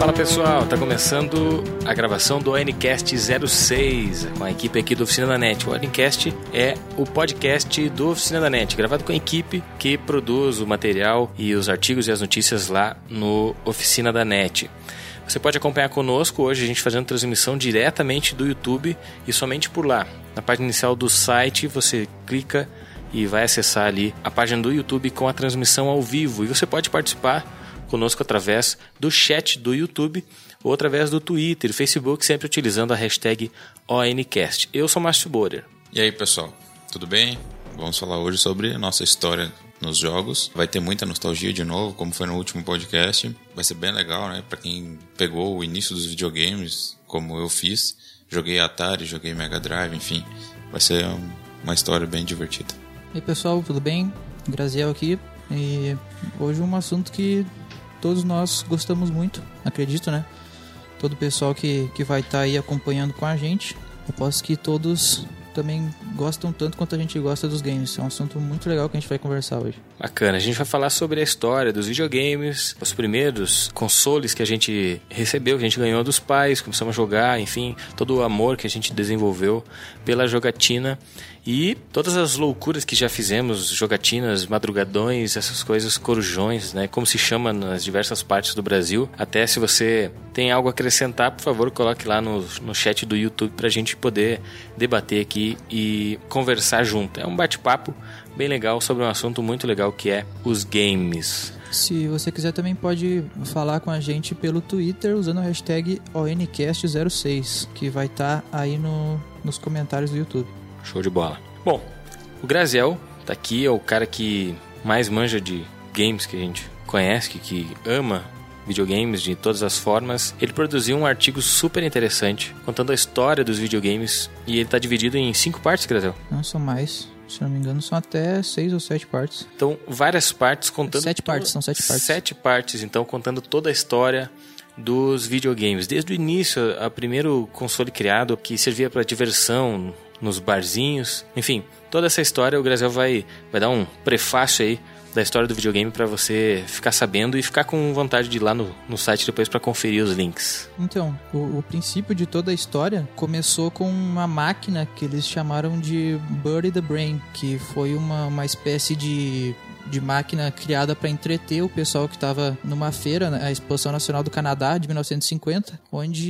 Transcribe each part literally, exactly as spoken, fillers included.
Fala pessoal, tá começando a gravação do ONCast zero seis com a equipe aqui do Oficina da Net. O ONCast é o podcast do Oficina da Net, gravado com a equipe que produz o material e os artigos e as notícias lá no Oficina da Net. Você pode acompanhar conosco hoje, a gente fazendo transmissão diretamente do YouTube e somente por lá. Na página inicial do site você clica e vai acessar ali a página do YouTube com a transmissão ao vivo. E você pode participar conosco através do chat do YouTube ou através do Twitter e Facebook, sempre utilizando a hashtag ONCast. Eu sou Márcio Borer. E aí, pessoal, tudo bem? Vamos falar hoje sobre a nossa história nos jogos. Vai ter muita nostalgia de novo, como foi no último podcast. Vai ser bem legal, né? Pra quem pegou o início dos videogames, como eu fiz. Joguei Atari, joguei Mega Drive, enfim. Vai ser uma história bem divertida. E aí, pessoal, tudo bem? Graziel aqui. E hoje um assunto que todos nós gostamos muito, acredito, né? Todo o pessoal que, que vai estar tá aí acompanhando com a gente, eu posso que todos também gostam tanto quanto a gente gosta dos games. É um assunto muito legal que a gente vai conversar hoje. Bacana, a gente vai falar sobre a história dos videogames, os primeiros consoles que a gente recebeu, que a gente ganhou dos pais, começamos a jogar, enfim, todo o amor que a gente desenvolveu pela jogatina e todas as loucuras que já fizemos, jogatinas, madrugadões, essas coisas, corujões, né, como se chama nas diversas partes do Brasil. Até se você tem algo a acrescentar, por favor, coloque lá no, no chat do YouTube pra gente poder debater aqui e conversar junto. É um bate-papo bem legal sobre um assunto muito legal que é os games. Se você quiser também pode falar com a gente pelo Twitter usando a hashtag O N Cast zero seis, que vai estar tá aí no, nos comentários do YouTube. Show de bola. Bom, o Graziel tá aqui, é o cara que mais manja de games que a gente conhece, que, que ama videogames de todas as formas. Ele produziu um artigo super interessante contando a história dos videogames e ele tá dividido em cinco partes, Graziel. Não, são mais. Se não me engano, são até seis ou sete partes. Então, várias partes contando... Sete partes, são sete partes. Sete partes, então, contando toda a história dos videogames. Desde o início, o primeiro console criado que servia para diversão nos barzinhos. Enfim, toda essa história o Graziel vai, vai dar um prefácio aí da história do videogame para você ficar sabendo e ficar com vontade de ir lá no, no site depois para conferir os links. Então, o, o princípio de toda a história começou com uma máquina que eles chamaram de Birdie the Brain, que foi uma, uma espécie de... de máquina criada para entreter o pessoal que estava numa feira, a Exposição Nacional do Canadá de mil novecentos e cinquenta,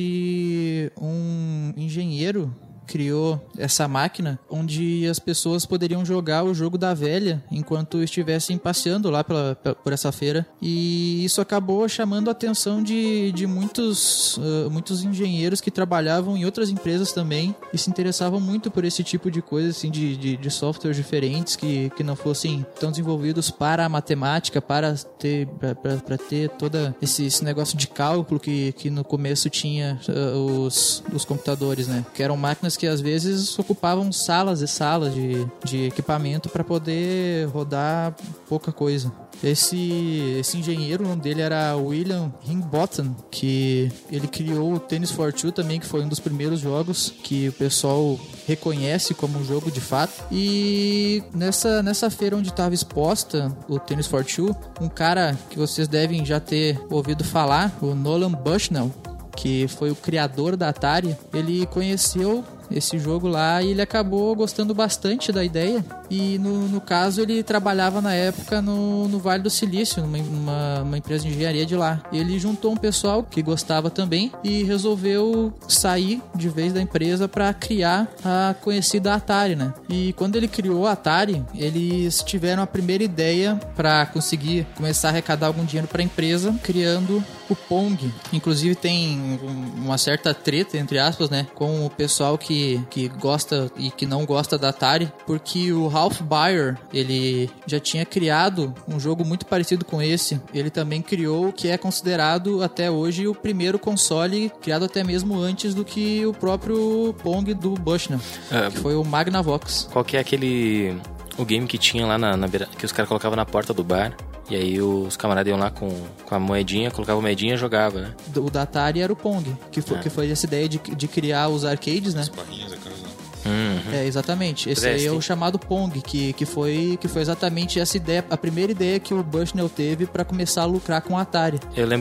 onde um engenheiro criou essa máquina onde as pessoas poderiam jogar o jogo da velha enquanto estivessem passeando lá pela, por essa feira, e isso acabou chamando a atenção de, de muitos, uh, muitos engenheiros que trabalhavam em outras empresas também e se interessavam muito por esse tipo de coisa, assim, de, de, de softwares diferentes que, que não fossem tão desenvolvidos para a matemática, para ter, para ter todo esse, esse negócio de cálculo que, que no começo tinha uh, os, os computadores, né? Que eram máquinas que às vezes ocupavam salas e salas de, de equipamento para poder rodar pouca coisa. Esse, esse engenheiro, o nome dele era William Higginbotham, que ele criou o Tennis for Two também, que foi um dos primeiros jogos que o pessoal reconhece como um jogo de fato. E nessa, nessa feira onde estava exposta o Tennis for Two, um cara que vocês devem já ter ouvido falar, o Nolan Bushnell, que foi o criador da Atari, ele conheceu esse jogo lá e ele acabou gostando bastante da ideia. E no, no caso ele trabalhava na época no, no Vale do Silício, numa, numa uma empresa de engenharia de lá. Ele juntou um pessoal que gostava também e resolveu sair de vez da empresa para criar a conhecida Atari, né? E quando ele criou a Atari, eles tiveram a primeira ideia para conseguir começar a arrecadar algum dinheiro para a empresa, criando o Pong. Inclusive tem uma certa treta, entre aspas, né, com o pessoal que que gosta e que não gosta da Atari, porque o Ralph Baer, ele já tinha criado um jogo muito parecido com esse. Ele também criou o que é considerado até hoje o primeiro console criado até mesmo antes do que o próprio Pong do Bushnell, é, que foi o Magnavox. Qual que é aquele... o game que tinha lá na, na beira, que os caras colocavam na porta do bar? E aí os camaradas iam lá com, com a moedinha, colocavam a moedinha e jogava, né? O da Atari era o Pong, que foi, é. que foi essa ideia de, de criar os arcades, né? As barrinhas, aquelas lá. Uhum. É, exatamente. Esse aí é o chamado Pong, que, que, foi, que foi exatamente essa ideia, a primeira ideia que o Bushnell teve para começar a lucrar com o Atari. Eu lembro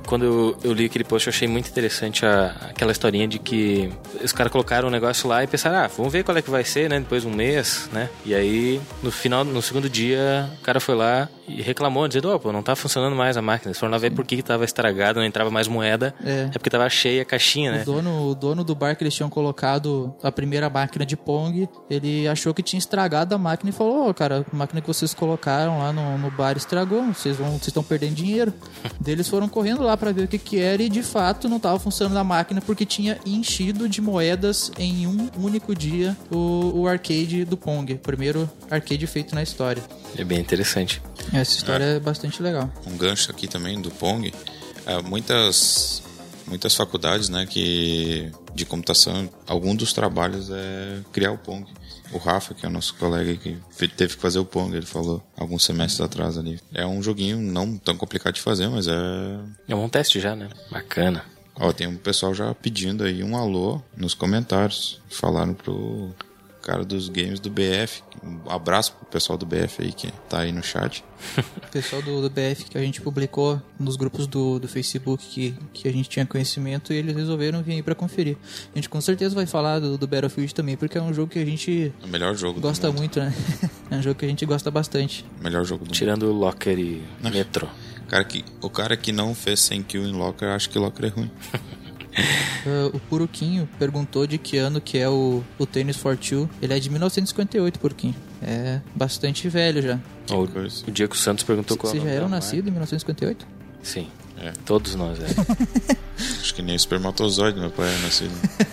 quando eu, eu li aquele post, eu achei muito interessante a, aquela historinha de que os caras colocaram um negócio lá e pensaram, ah, vamos ver qual é que vai ser, né? Depois de um mês, né? E aí, no final, no segundo dia, o cara foi lá e reclamou, dizendo, ó, pô, não tá funcionando mais a máquina. Eles foram lá ver por que que tava estragado, não entrava mais moeda. É, é porque tava cheia a caixinha, né? O dono, o dono do bar que eles tinham colocado a primeira máquina de Pong, ele achou que tinha estragado a máquina e falou, ó, oh, cara, a máquina que vocês colocaram lá no, no bar estragou, vocês vão, vocês estão perdendo dinheiro. Daí eles foram correndo lá pra ver o que que era e de fato não tava funcionando a máquina porque tinha enchido de moedas em um único dia o, o arcade do Pong, o primeiro arcade feito na história. É bem interessante. Essa história é, é bastante legal. Um gancho aqui também do Pong, é, muitas muitas faculdades, né, que de computação, algum dos trabalhos é criar o Pong. O Rafa, que é o nosso colega que teve que fazer o Pong, ele falou alguns semestres atrás ali. É um joguinho não tão complicado de fazer, mas é... É um teste já, né? Bacana. Ó, tem um pessoal já pedindo aí um alô nos comentários. Falaram pro cara dos games do B F. Um abraço pro pessoal do B F aí que tá aí no chat. O pessoal do, do B F que a gente publicou nos grupos do, do Facebook que, que a gente tinha conhecimento e eles resolveram vir aí pra conferir. A gente com certeza vai falar do, do Battlefield também, porque é um jogo que a gente é o melhor jogo gosta do mundo. muito, né? É um jogo que a gente gosta bastante. O melhor jogo do Tirando mundo. o Locker e Metro. Cara que, o cara que não fez cem kills em Locker, acha que Locker é ruim. Uh, o Puruquinho perguntou de que ano que é o, o Tennis for Two. Ele é de mil novecentos e cinquenta e oito, Puruquinho. É bastante velho já. O, o Diego Santos perguntou qual Vocês já eram nascidos em mil novecentos e cinquenta e oito? Sim, é. Todos nós, é. Acho que nem espermatozoide meu pai é nascido.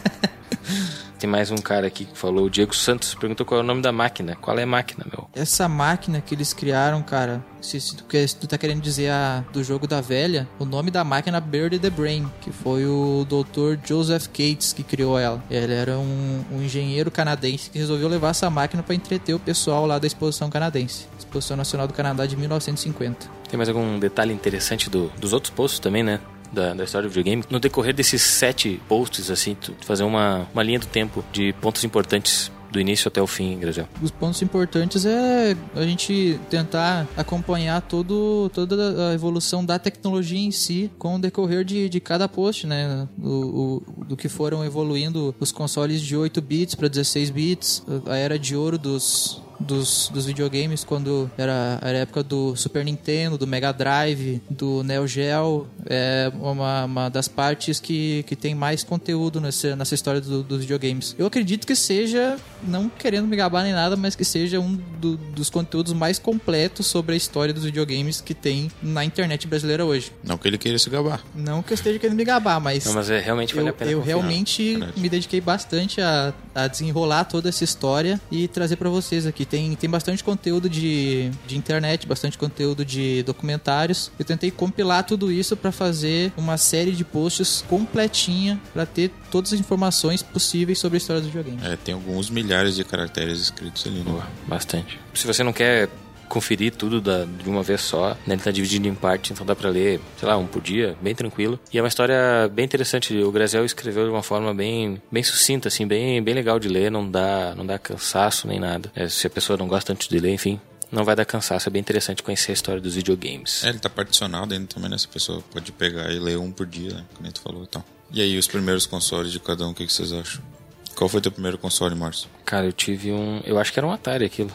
Tem mais um cara aqui que falou, o Diego Santos perguntou qual é o nome da máquina. Qual é a máquina, meu? Essa máquina que eles criaram, cara, se, se, tu, quer, se tu tá querendo dizer a, do jogo da velha, o nome da máquina é Birdie the Brain, que foi o doutor Joseph Cates que criou ela. Ele era um, um engenheiro canadense que resolveu levar essa máquina pra entreter o pessoal lá da Exposição Canadense. Exposição Nacional do Canadá de mil novecentos e cinquenta. Tem mais algum detalhe interessante do, dos outros posts também, né? Da, da história do videogame. No decorrer desses sete posts, assim, tu fazer uma, uma linha do tempo de pontos importantes do início até o fim, Graziel. Os pontos importantes é a gente tentar acompanhar todo, toda a evolução da tecnologia em si com o decorrer de, de cada post, né? O, o, do que foram evoluindo os consoles de oito bits para dezesseis bits, a era de ouro dos... Dos, dos videogames, quando era, era a época do Super Nintendo, do Mega Drive, do Neo Geo. É uma, uma das partes que, que tem mais conteúdo nessa, nessa história do, dos videogames. Eu acredito que seja, não querendo me gabar nem nada, mas que seja um do, dos conteúdos mais completos sobre a história dos videogames que tem na internet brasileira hoje. Não que ele queira se gabar. Não que eu esteja querendo me gabar, mas... Não, mas é, realmente vale eu, a pena Eu confiar. realmente Verdade. me dediquei bastante a, a desenrolar toda essa história e trazer pra vocês aqui. Tem, tem bastante conteúdo de, de internet, bastante conteúdo de documentários. Eu tentei compilar tudo isso pra fazer uma série de posts completinha pra ter todas as informações possíveis sobre a história dos videogames. É, tem alguns milhares de caracteres escritos ali, né? Boa, bastante. Se você não quer conferir tudo da, de uma vez só, né? Ele tá dividido em partes, então dá pra ler, sei lá, um por dia, bem tranquilo. E é uma história bem interessante. O Graziel escreveu de uma forma bem, bem sucinta, assim, bem, bem legal de ler, não dá, não dá cansaço nem nada. É, se a pessoa não gosta tanto de ler, enfim, não vai dar cansaço. É bem interessante conhecer a história dos videogames. É, ele tá particionado ainda também, né? Essa pessoa pode pegar e ler um por dia, né? Como tu falou e tal. E aí, os primeiros consoles de cada um, o que, que vocês acham? Qual foi teu primeiro console, Márcio? Cara, eu tive um... Eu acho que era um Atari aquilo.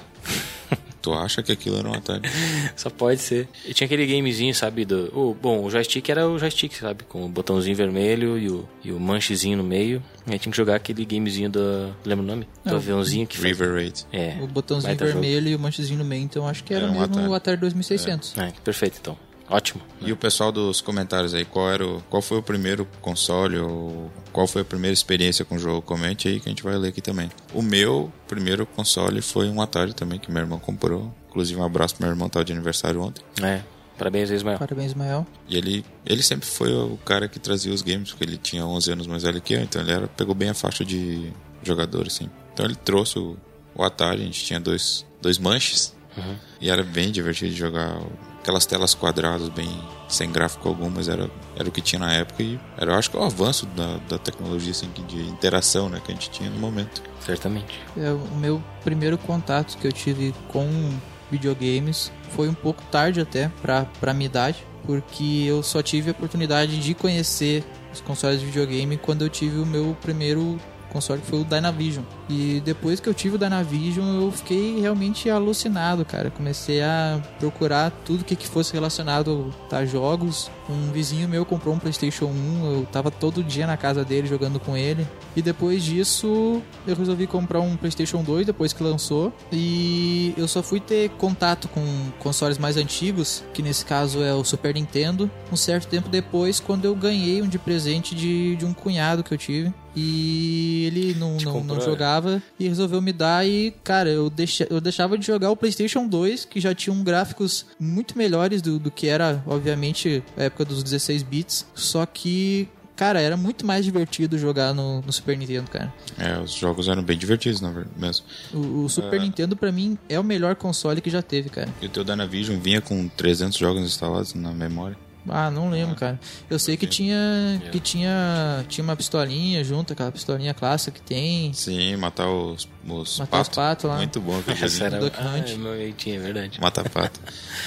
Tu acha que aquilo era um Atari? Só pode ser. E tinha aquele gamezinho, sabe? Do, oh, bom, o joystick era o joystick, sabe? Com o botãozinho vermelho e o, e o manchezinho no meio. E aí tinha que jogar aquele gamezinho do... Lembra o nome? Do Não. aviãozinho que River faz... Raid. É. O botãozinho Baita vermelho jogo. e o manchezinho no meio, então acho que era, Era um mesmo Atari. o Atari dois mil e seiscentos. É, perfeito, então. Ótimo. E o pessoal dos comentários aí, qual, era o, qual foi o primeiro console ou qual foi a primeira experiência com o jogo? Comente aí que a gente vai ler aqui também. O meu primeiro console foi um Atari também, que meu irmão comprou. Inclusive um abraço pro meu irmão, tá de aniversário ontem. É, parabéns, Ismael. Parabéns, Ismael. E ele, ele sempre foi o cara que trazia os games, porque ele tinha onze anos mais velho que eu, então ele era, pegou bem a faixa de jogador, assim. Então ele trouxe o, o Atari, a gente tinha dois, dois manches, uhum. E era bem divertido de jogar aquelas telas quadradas, bem sem gráfico algum, mas era, era o que tinha na época e era, eu acho que o avanço da, da tecnologia, assim, de interação, né, que a gente tinha no momento. Certamente. É, o meu primeiro contato que eu tive com videogames foi um pouco tarde até pra, pra minha idade, porque eu só tive a oportunidade de conhecer os consoles de videogame quando eu tive o meu primeiro console, que foi o Dynavision. E depois que eu tive o Dynavision, eu fiquei realmente alucinado, cara. Comecei a procurar tudo que, que fosse relacionado a jogos. Um vizinho meu comprou um PlayStation um, eu tava todo dia na casa dele jogando com ele. E depois disso, eu resolvi comprar um PlayStation dois depois que lançou. E eu só fui ter contato com consoles mais antigos, que nesse caso é o Super Nintendo, um certo tempo depois, quando eu ganhei um de presente de, de um cunhado que eu tive. E ele não, não, não jogava e resolveu me dar. E, cara, eu, deixa, eu deixava de jogar o PlayStation dois, que já tinha um gráficos muito melhores do, do que era, obviamente, a época dos dezesseis bits. Só que, cara, era muito mais divertido jogar no, no Super Nintendo, cara. É, os jogos eram bem divertidos, na verdade, mesmo. O, o Super é... Nintendo, pra mim, é o melhor console que já teve, cara. E o teu Dynavision vinha com trezentos jogos instalados na memória? Ah, não lembro, cara. Eu sei que tinha que tinha tinha uma pistolinha junto, aquela pistolinha clássica que tem. Sim, matar os, os matar patos. os patos lá. Muito bom aquele Essa era Duck ah, Hunt. meu jeitinho, é verdade. Mata pato.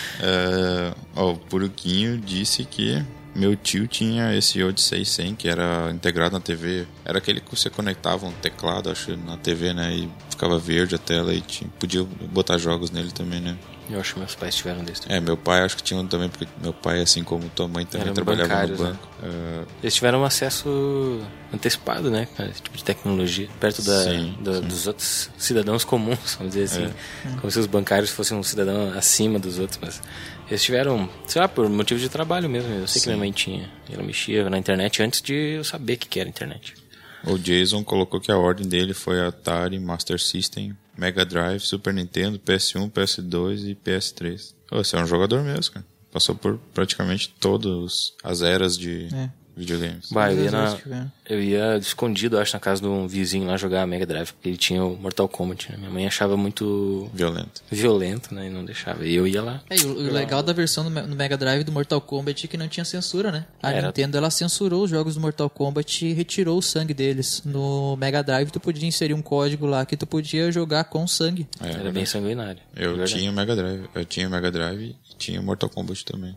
uh, ó, o Puruquinho disse que meu tio tinha esse Odyssey cem, que era integrado na T V. Era aquele que você conectava um teclado, acho, na T V, né? E ficava verde a tela e tinha, podia botar jogos nele também, né? Eu acho que meus pais tiveram desse também. É, meu pai acho que tinha um também, porque meu pai, assim como tua mãe, também Eram trabalhava no banco. Né? Uh... Eles tiveram um acesso antecipado, né, cara, esse tipo de tecnologia, perto da, sim, da, sim. dos outros cidadãos comuns, vamos dizer assim. É. Como se os bancários fossem um cidadão acima dos outros, mas eles tiveram, sei lá, por motivo de trabalho mesmo. Eu sei sim. que minha mãe tinha. Ela mexia na internet antes de eu saber o que era internet. O Jason colocou que a ordem dele foi Atari, Master System, Mega Drive, Super Nintendo, P S um, P S dois e P S três. Oh, você é um jogador mesmo, cara. Passou por praticamente todas as eras de é. videogames. Bah, eu, ia na, eu ia escondido, acho, na casa de um vizinho lá jogar Mega Drive, porque ele tinha o Mortal Kombat, né? Minha mãe achava muito... Violento. Violento, né? E não deixava. E eu ia lá. É, e o, o legal da versão do Mega Drive do Mortal Kombat é que não tinha censura, né? A Era... Nintendo, ela censurou os jogos do Mortal Kombat e retirou o sangue deles. No Mega Drive, tu podia inserir um código lá que tu podia jogar com sangue. É, Era bem sanguinário. Eu é tinha Mega Drive. Eu tinha Mega Drive e tinha Mortal Kombat também.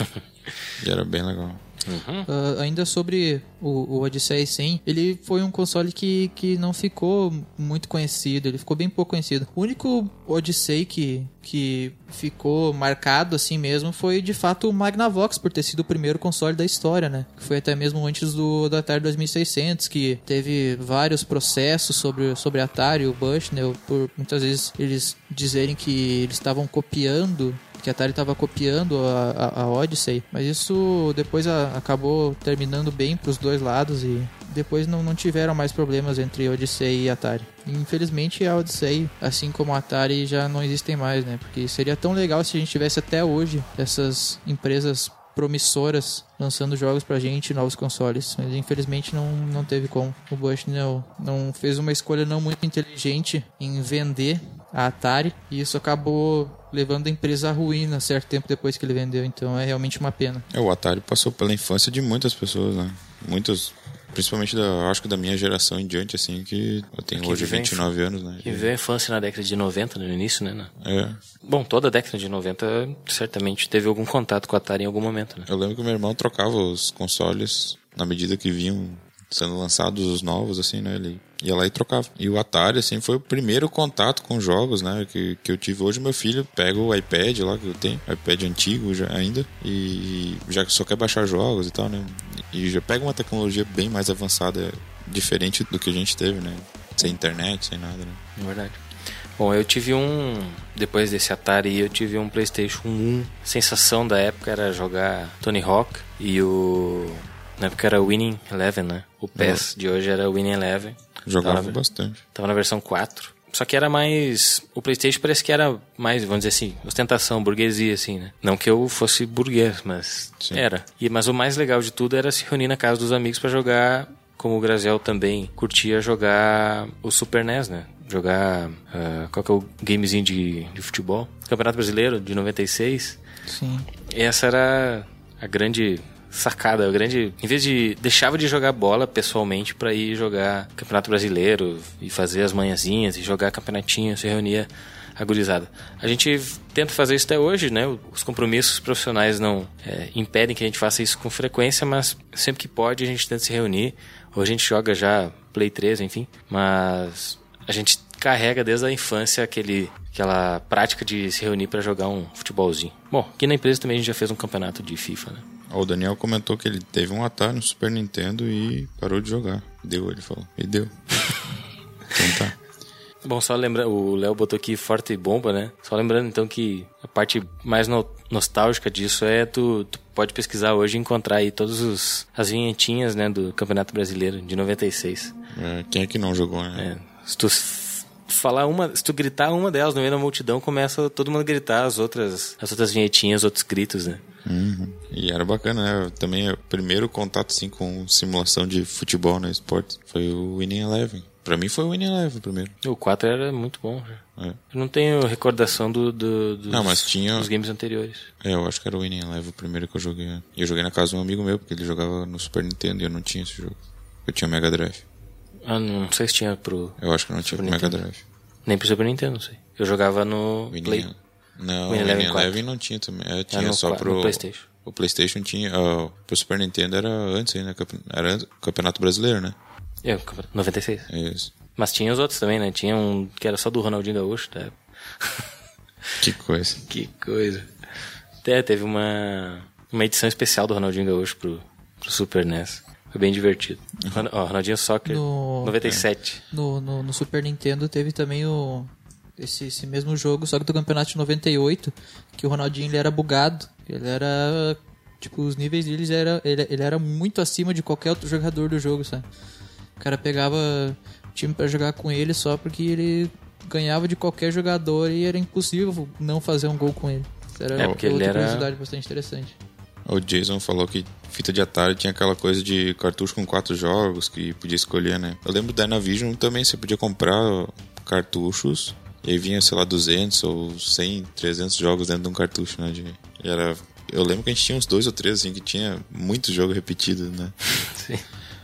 E era bem legal. Uhum. Uh, ainda sobre o, o Odyssey cem, ele foi um console que, que não ficou muito conhecido, ele ficou bem pouco conhecido. O único Odyssey que, que ficou marcado assim mesmo foi de fato o Magnavox, por ter sido o primeiro console da história, né? Foi até mesmo antes do, do Atari dois mil e seiscentos, que teve vários processos sobre, sobre Atari, o Bushnell, por muitas vezes eles dizerem que eles estavam copiando, que a Atari estava copiando a, a, a Odyssey, mas isso depois a, acabou terminando bem para os dois lados e depois não, não tiveram mais problemas entre Odyssey e Atari. Infelizmente a Odyssey, assim como a Atari, já não existem mais, né? Porque seria tão legal se a gente tivesse até hoje essas empresas promissoras lançando jogos pra gente, novos consoles, mas infelizmente não, não teve como. O Bushnell não fez uma escolha não muito inteligente em vender a Atari e isso acabou levando a empresa à ruína certo tempo depois que ele vendeu, então é realmente uma pena. É, o Atari passou pela infância de muitas pessoas, né? Muitas, principalmente da, acho que da minha geração em diante, assim, que eu tenho que hoje vinte e nove anos, né? Que viveu a infância na década de noventa, no início, né? É. Bom, toda a década de noventa certamente teve algum contato com a Atari em algum momento, né? Eu lembro que meu irmão trocava os consoles na medida que vinham sendo lançados os novos, assim, né? Ele ia lá e trocava. E o Atari, assim, foi o primeiro contato com jogos, né? Que, que eu tive. Hoje meu filho pega o iPad lá que eu tenho, iPad antigo já, ainda, e já só quer baixar jogos e tal, né? E já pega uma tecnologia bem mais avançada, diferente do que a gente teve, né? Sem internet, sem nada, né? É verdade. Bom, eu tive um... Depois desse Atari, eu tive um PlayStation um. A sensação da época era jogar Tony Hawk e o... Na época era Winning Eleven, né? O P E S uhum. de hoje era Winning Eleven. Jogava tava, bastante. Tava na versão quatro. Só que era mais... O PlayStation parece que era mais, vamos dizer assim, ostentação, burguesia, assim, né? Não que eu fosse burguês, mas Sim. era. E, mas o mais legal de tudo era se reunir na casa dos amigos pra jogar, como o Graziel também curtia jogar o Super N E S, né? Jogar... Uh, qual que é o gamezinho de, de futebol? Campeonato Brasileiro, de noventa e seis. Sim. Essa era a grande... sacada, o grande... Em vez de... Deixava de jogar bola pessoalmente pra ir jogar Campeonato Brasileiro e fazer as manhãzinhas e jogar campeonatinho, se reunia a gurizada. A gente tenta fazer isso até hoje, né? Os compromissos profissionais não é, impedem que a gente faça isso com frequência, mas sempre que pode a gente tenta se reunir. Ou a gente joga já Play três, enfim. Mas a gente carrega desde a infância aquele, aquela prática de se reunir para jogar um futebolzinho. Bom, aqui na empresa também a gente já fez um campeonato de FIFA, né? O Daniel comentou que ele teve um Atari no Super Nintendo e parou de jogar. Deu, ele falou. E deu. Então tá. Bom, só lembrando, o Léo botou aqui Forte Bomba, né? Só lembrando então que a parte mais no, nostálgica disso é tu, tu pode pesquisar hoje e encontrar aí todas os, as vinhetinhas, né, do Campeonato Brasileiro de noventa e seis. É, quem é que não jogou, né? É, se tu falar uma, se tu gritar uma delas no meio da multidão, começa todo mundo a gritar as outras, as outras vinhetinhas, outros gritos, né? Uhum. E era bacana, né? Também o primeiro contato assim com simulação de futebol, né, esporte, foi o Winning Eleven. Pra mim foi o Winning Eleven primeiro. O quatro era muito bom. É. Eu não tenho recordação do, do, dos, não, mas tinha... dos games anteriores. É, eu acho que era o Winning Eleven o primeiro que eu joguei. E eu joguei na casa de um amigo meu, porque ele jogava no Super Nintendo e eu não tinha esse jogo. Eu tinha Mega Drive. Ah, não sei se tinha pro... Eu acho que não tinha pro Mega Drive. Nem pro Super Nintendo, não sei. Eu jogava no Winning... Play. Não, o Winning Eleven, Eleven não tinha também. É, tinha no, só pro... No PlayStation. O PlayStation tinha... Uh, pro Super Nintendo era antes ainda. Era Campeonato Brasileiro, né? É, noventa e seis. É isso. Mas tinha os outros também, né? Tinha um que era só do Ronaldinho Gaúcho, tá? Que coisa. Que coisa. Até teve uma, uma edição especial do Ronaldinho Gaúcho pro, pro Super N E S. Foi bem divertido. Uhum. Ó, Ronaldinho Soccer, no, noventa e sete. É. No, no, no Super Nintendo teve também o, esse, esse mesmo jogo, só que do campeonato de noventa e oito, que o Ronaldinho ele era bugado. Ele era... Tipo, os níveis deles era, ele, ele era muito acima de qualquer outro jogador do jogo, sabe? O cara pegava time pra jogar com ele só porque ele ganhava de qualquer jogador e era impossível não fazer um gol com ele. Era é porque outra ele era... curiosidade bastante interessante. O Jason falou que fita de Atari tinha aquela coisa de cartucho com quatro jogos que podia escolher, né? Eu lembro da Dynavision também, você podia comprar cartuchos e aí vinha, sei lá, duzentos ou cem, trezentos jogos dentro de um cartucho, né? De... E era... Eu lembro que a gente tinha uns dois ou três, assim, que tinha muito jogo repetido, né? Sim.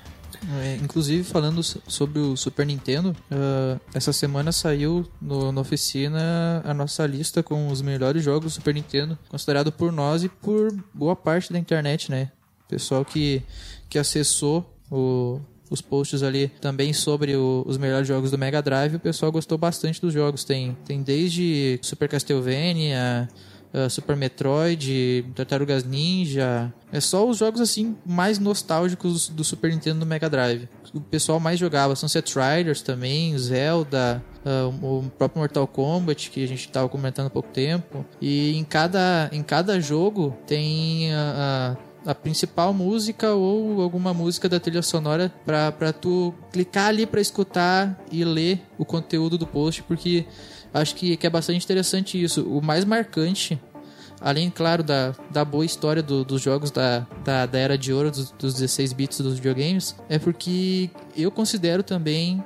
É, inclusive, falando sobre o Super Nintendo, uh, essa semana saiu no, na oficina a nossa lista com os melhores jogos do Super Nintendo, considerado por nós e por boa parte da internet, né? Pessoal que, que acessou o, os posts ali também sobre o, os melhores jogos do Mega Drive, o pessoal gostou bastante dos jogos. Tem, tem desde Super Castlevania... Uh, Super Metroid, Tartarugas Ninja. É só os jogos assim mais nostálgicos do, do Super Nintendo no Mega Drive. O pessoal mais jogava Sunset Riders também, Zelda, uh, o próprio Mortal Kombat, que a gente estava comentando há pouco tempo. E em cada, em cada jogo tem a, a, a principal música ou alguma música da trilha sonora pra, pra tu clicar ali pra escutar e ler o conteúdo do post, porque acho que, que é bastante interessante isso. O mais marcante, além, claro, da, da boa história do, dos jogos da, da, da era de ouro dos, dos dezesseis bits dos videogames, é porque eu considero também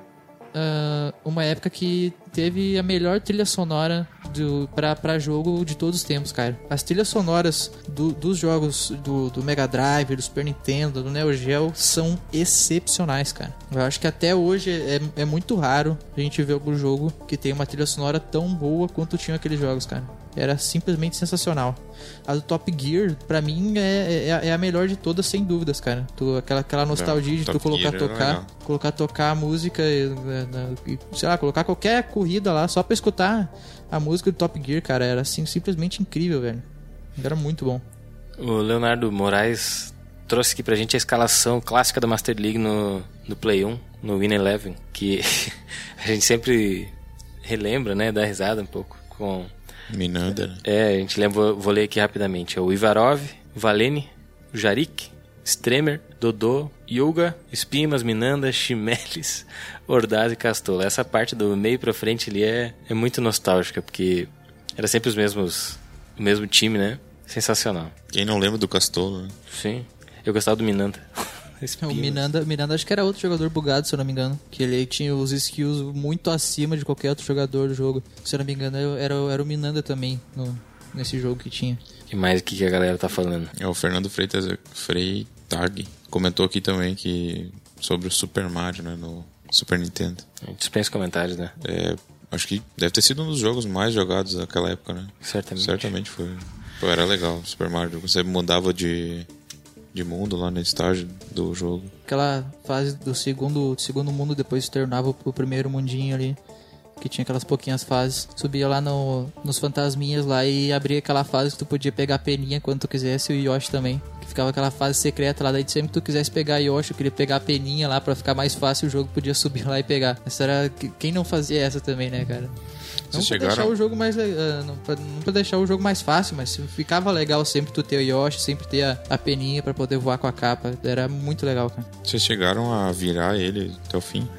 uh, uma época que teve a melhor trilha sonora do, pra, pra jogo de todos os tempos, cara. As trilhas sonoras do, dos jogos do, do Mega Drive, do Super Nintendo, do Neo Geo são excepcionais, cara. Eu acho que até hoje é, é muito raro a gente ver algum jogo que tem uma trilha sonora tão boa quanto tinha aqueles jogos, cara. Era simplesmente sensacional. A do Top Gear, pra mim, é, é, é a melhor de todas, sem dúvidas, cara. Tu, aquela, aquela nostalgia de tu colocar tocar, colocar tocar a música, e, e, sei lá, colocar qualquer corrida lá só pra escutar a música do Top Gear, cara. Era assim, simplesmente incrível, velho. Era muito bom. O Leonardo Moraes trouxe aqui pra gente a escalação clássica da Master League no, no Play um, no Win Eleven, que a gente sempre relembra, né? Dá risada um pouco com... Minanda, né? É, a gente lembra, vou ler aqui rapidamente. É o Ivarov, Valene, Jarik, Stremer, Dodô, Yuga, Espimas, Minanda, Chimelis, Ordaz e Castola. Essa parte do meio pra frente ali é, é muito nostálgica, porque era sempre os mesmos, o mesmo time, né? Sensacional. Quem não lembra do Castola, né? Sim. Eu gostava do Minanda. O Minanda, Minanda acho que era outro jogador bugado, se eu não me engano. Que ele tinha os skills muito acima de qualquer outro jogador do jogo. Se eu não me engano, era, era o Minanda também no, nesse jogo que tinha. E mais o que, que a galera tá falando? É, o Fernando Freitas Freitag comentou aqui também que sobre o Super Mario, né, no Super Nintendo. Dispensa comentários, né? É, Acho que deve ter sido um dos jogos mais jogados naquela época, né? Certamente. Certamente foi. Pô, era legal, Super Mario. Você mudava de, de mundo lá no estágio do jogo. Aquela fase do segundo, segundo mundo, depois se tornava o primeiro mundinho ali, que tinha aquelas pouquinhas fases. Subia lá no, nos fantasminhas lá e abria aquela fase que tu podia pegar a peninha quando tu quisesse, e o Yoshi também. Que ficava aquela fase secreta lá, daí sempre que tu quisesse pegar Yoshi, eu queria pegar a peninha lá pra ficar mais fácil, o jogo podia subir lá e pegar. Essa era... Quem não fazia essa também, né, cara? Não pra chegaram... deixar o jogo mais uh, não, pra, não pra deixar o jogo mais fácil, mas ficava legal sempre tu ter o Yoshi, sempre ter a, a peninha pra poder voar com a capa. Era muito legal, cara. Vocês chegaram a virar ele até o fim?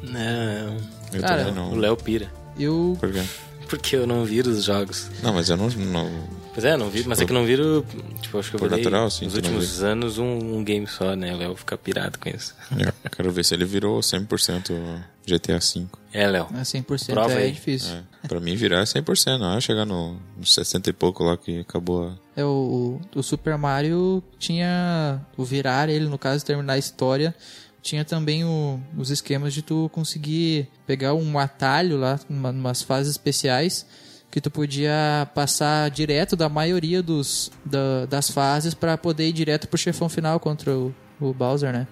Não. Eu cara, também não. O Léo pira. Eu... Por quê? Porque eu não viro os jogos. Não, mas eu não... não... Pois é, não vi, mas é que não viro. Tipo, acho que eu Por virei natural, sim, nos tu não últimos anos um, um game só, né? O Léo fica pirado com isso. É, quero ver se ele virou cem por cento G T A cinco. É, Léo. É cem por cento Prova é aí. difícil. É, pra mim virar é cem por cento, não é chegar no, no sessenta e pouco lá que acabou a... É, o, o Super Mario tinha o virar ele, no caso, terminar a história. Tinha também o, os esquemas de tu conseguir pegar um atalho lá, uma, umas fases especiais, que tu podia passar direto da maioria dos, da, das fases pra poder ir direto pro chefão final contra o, o Bowser, né?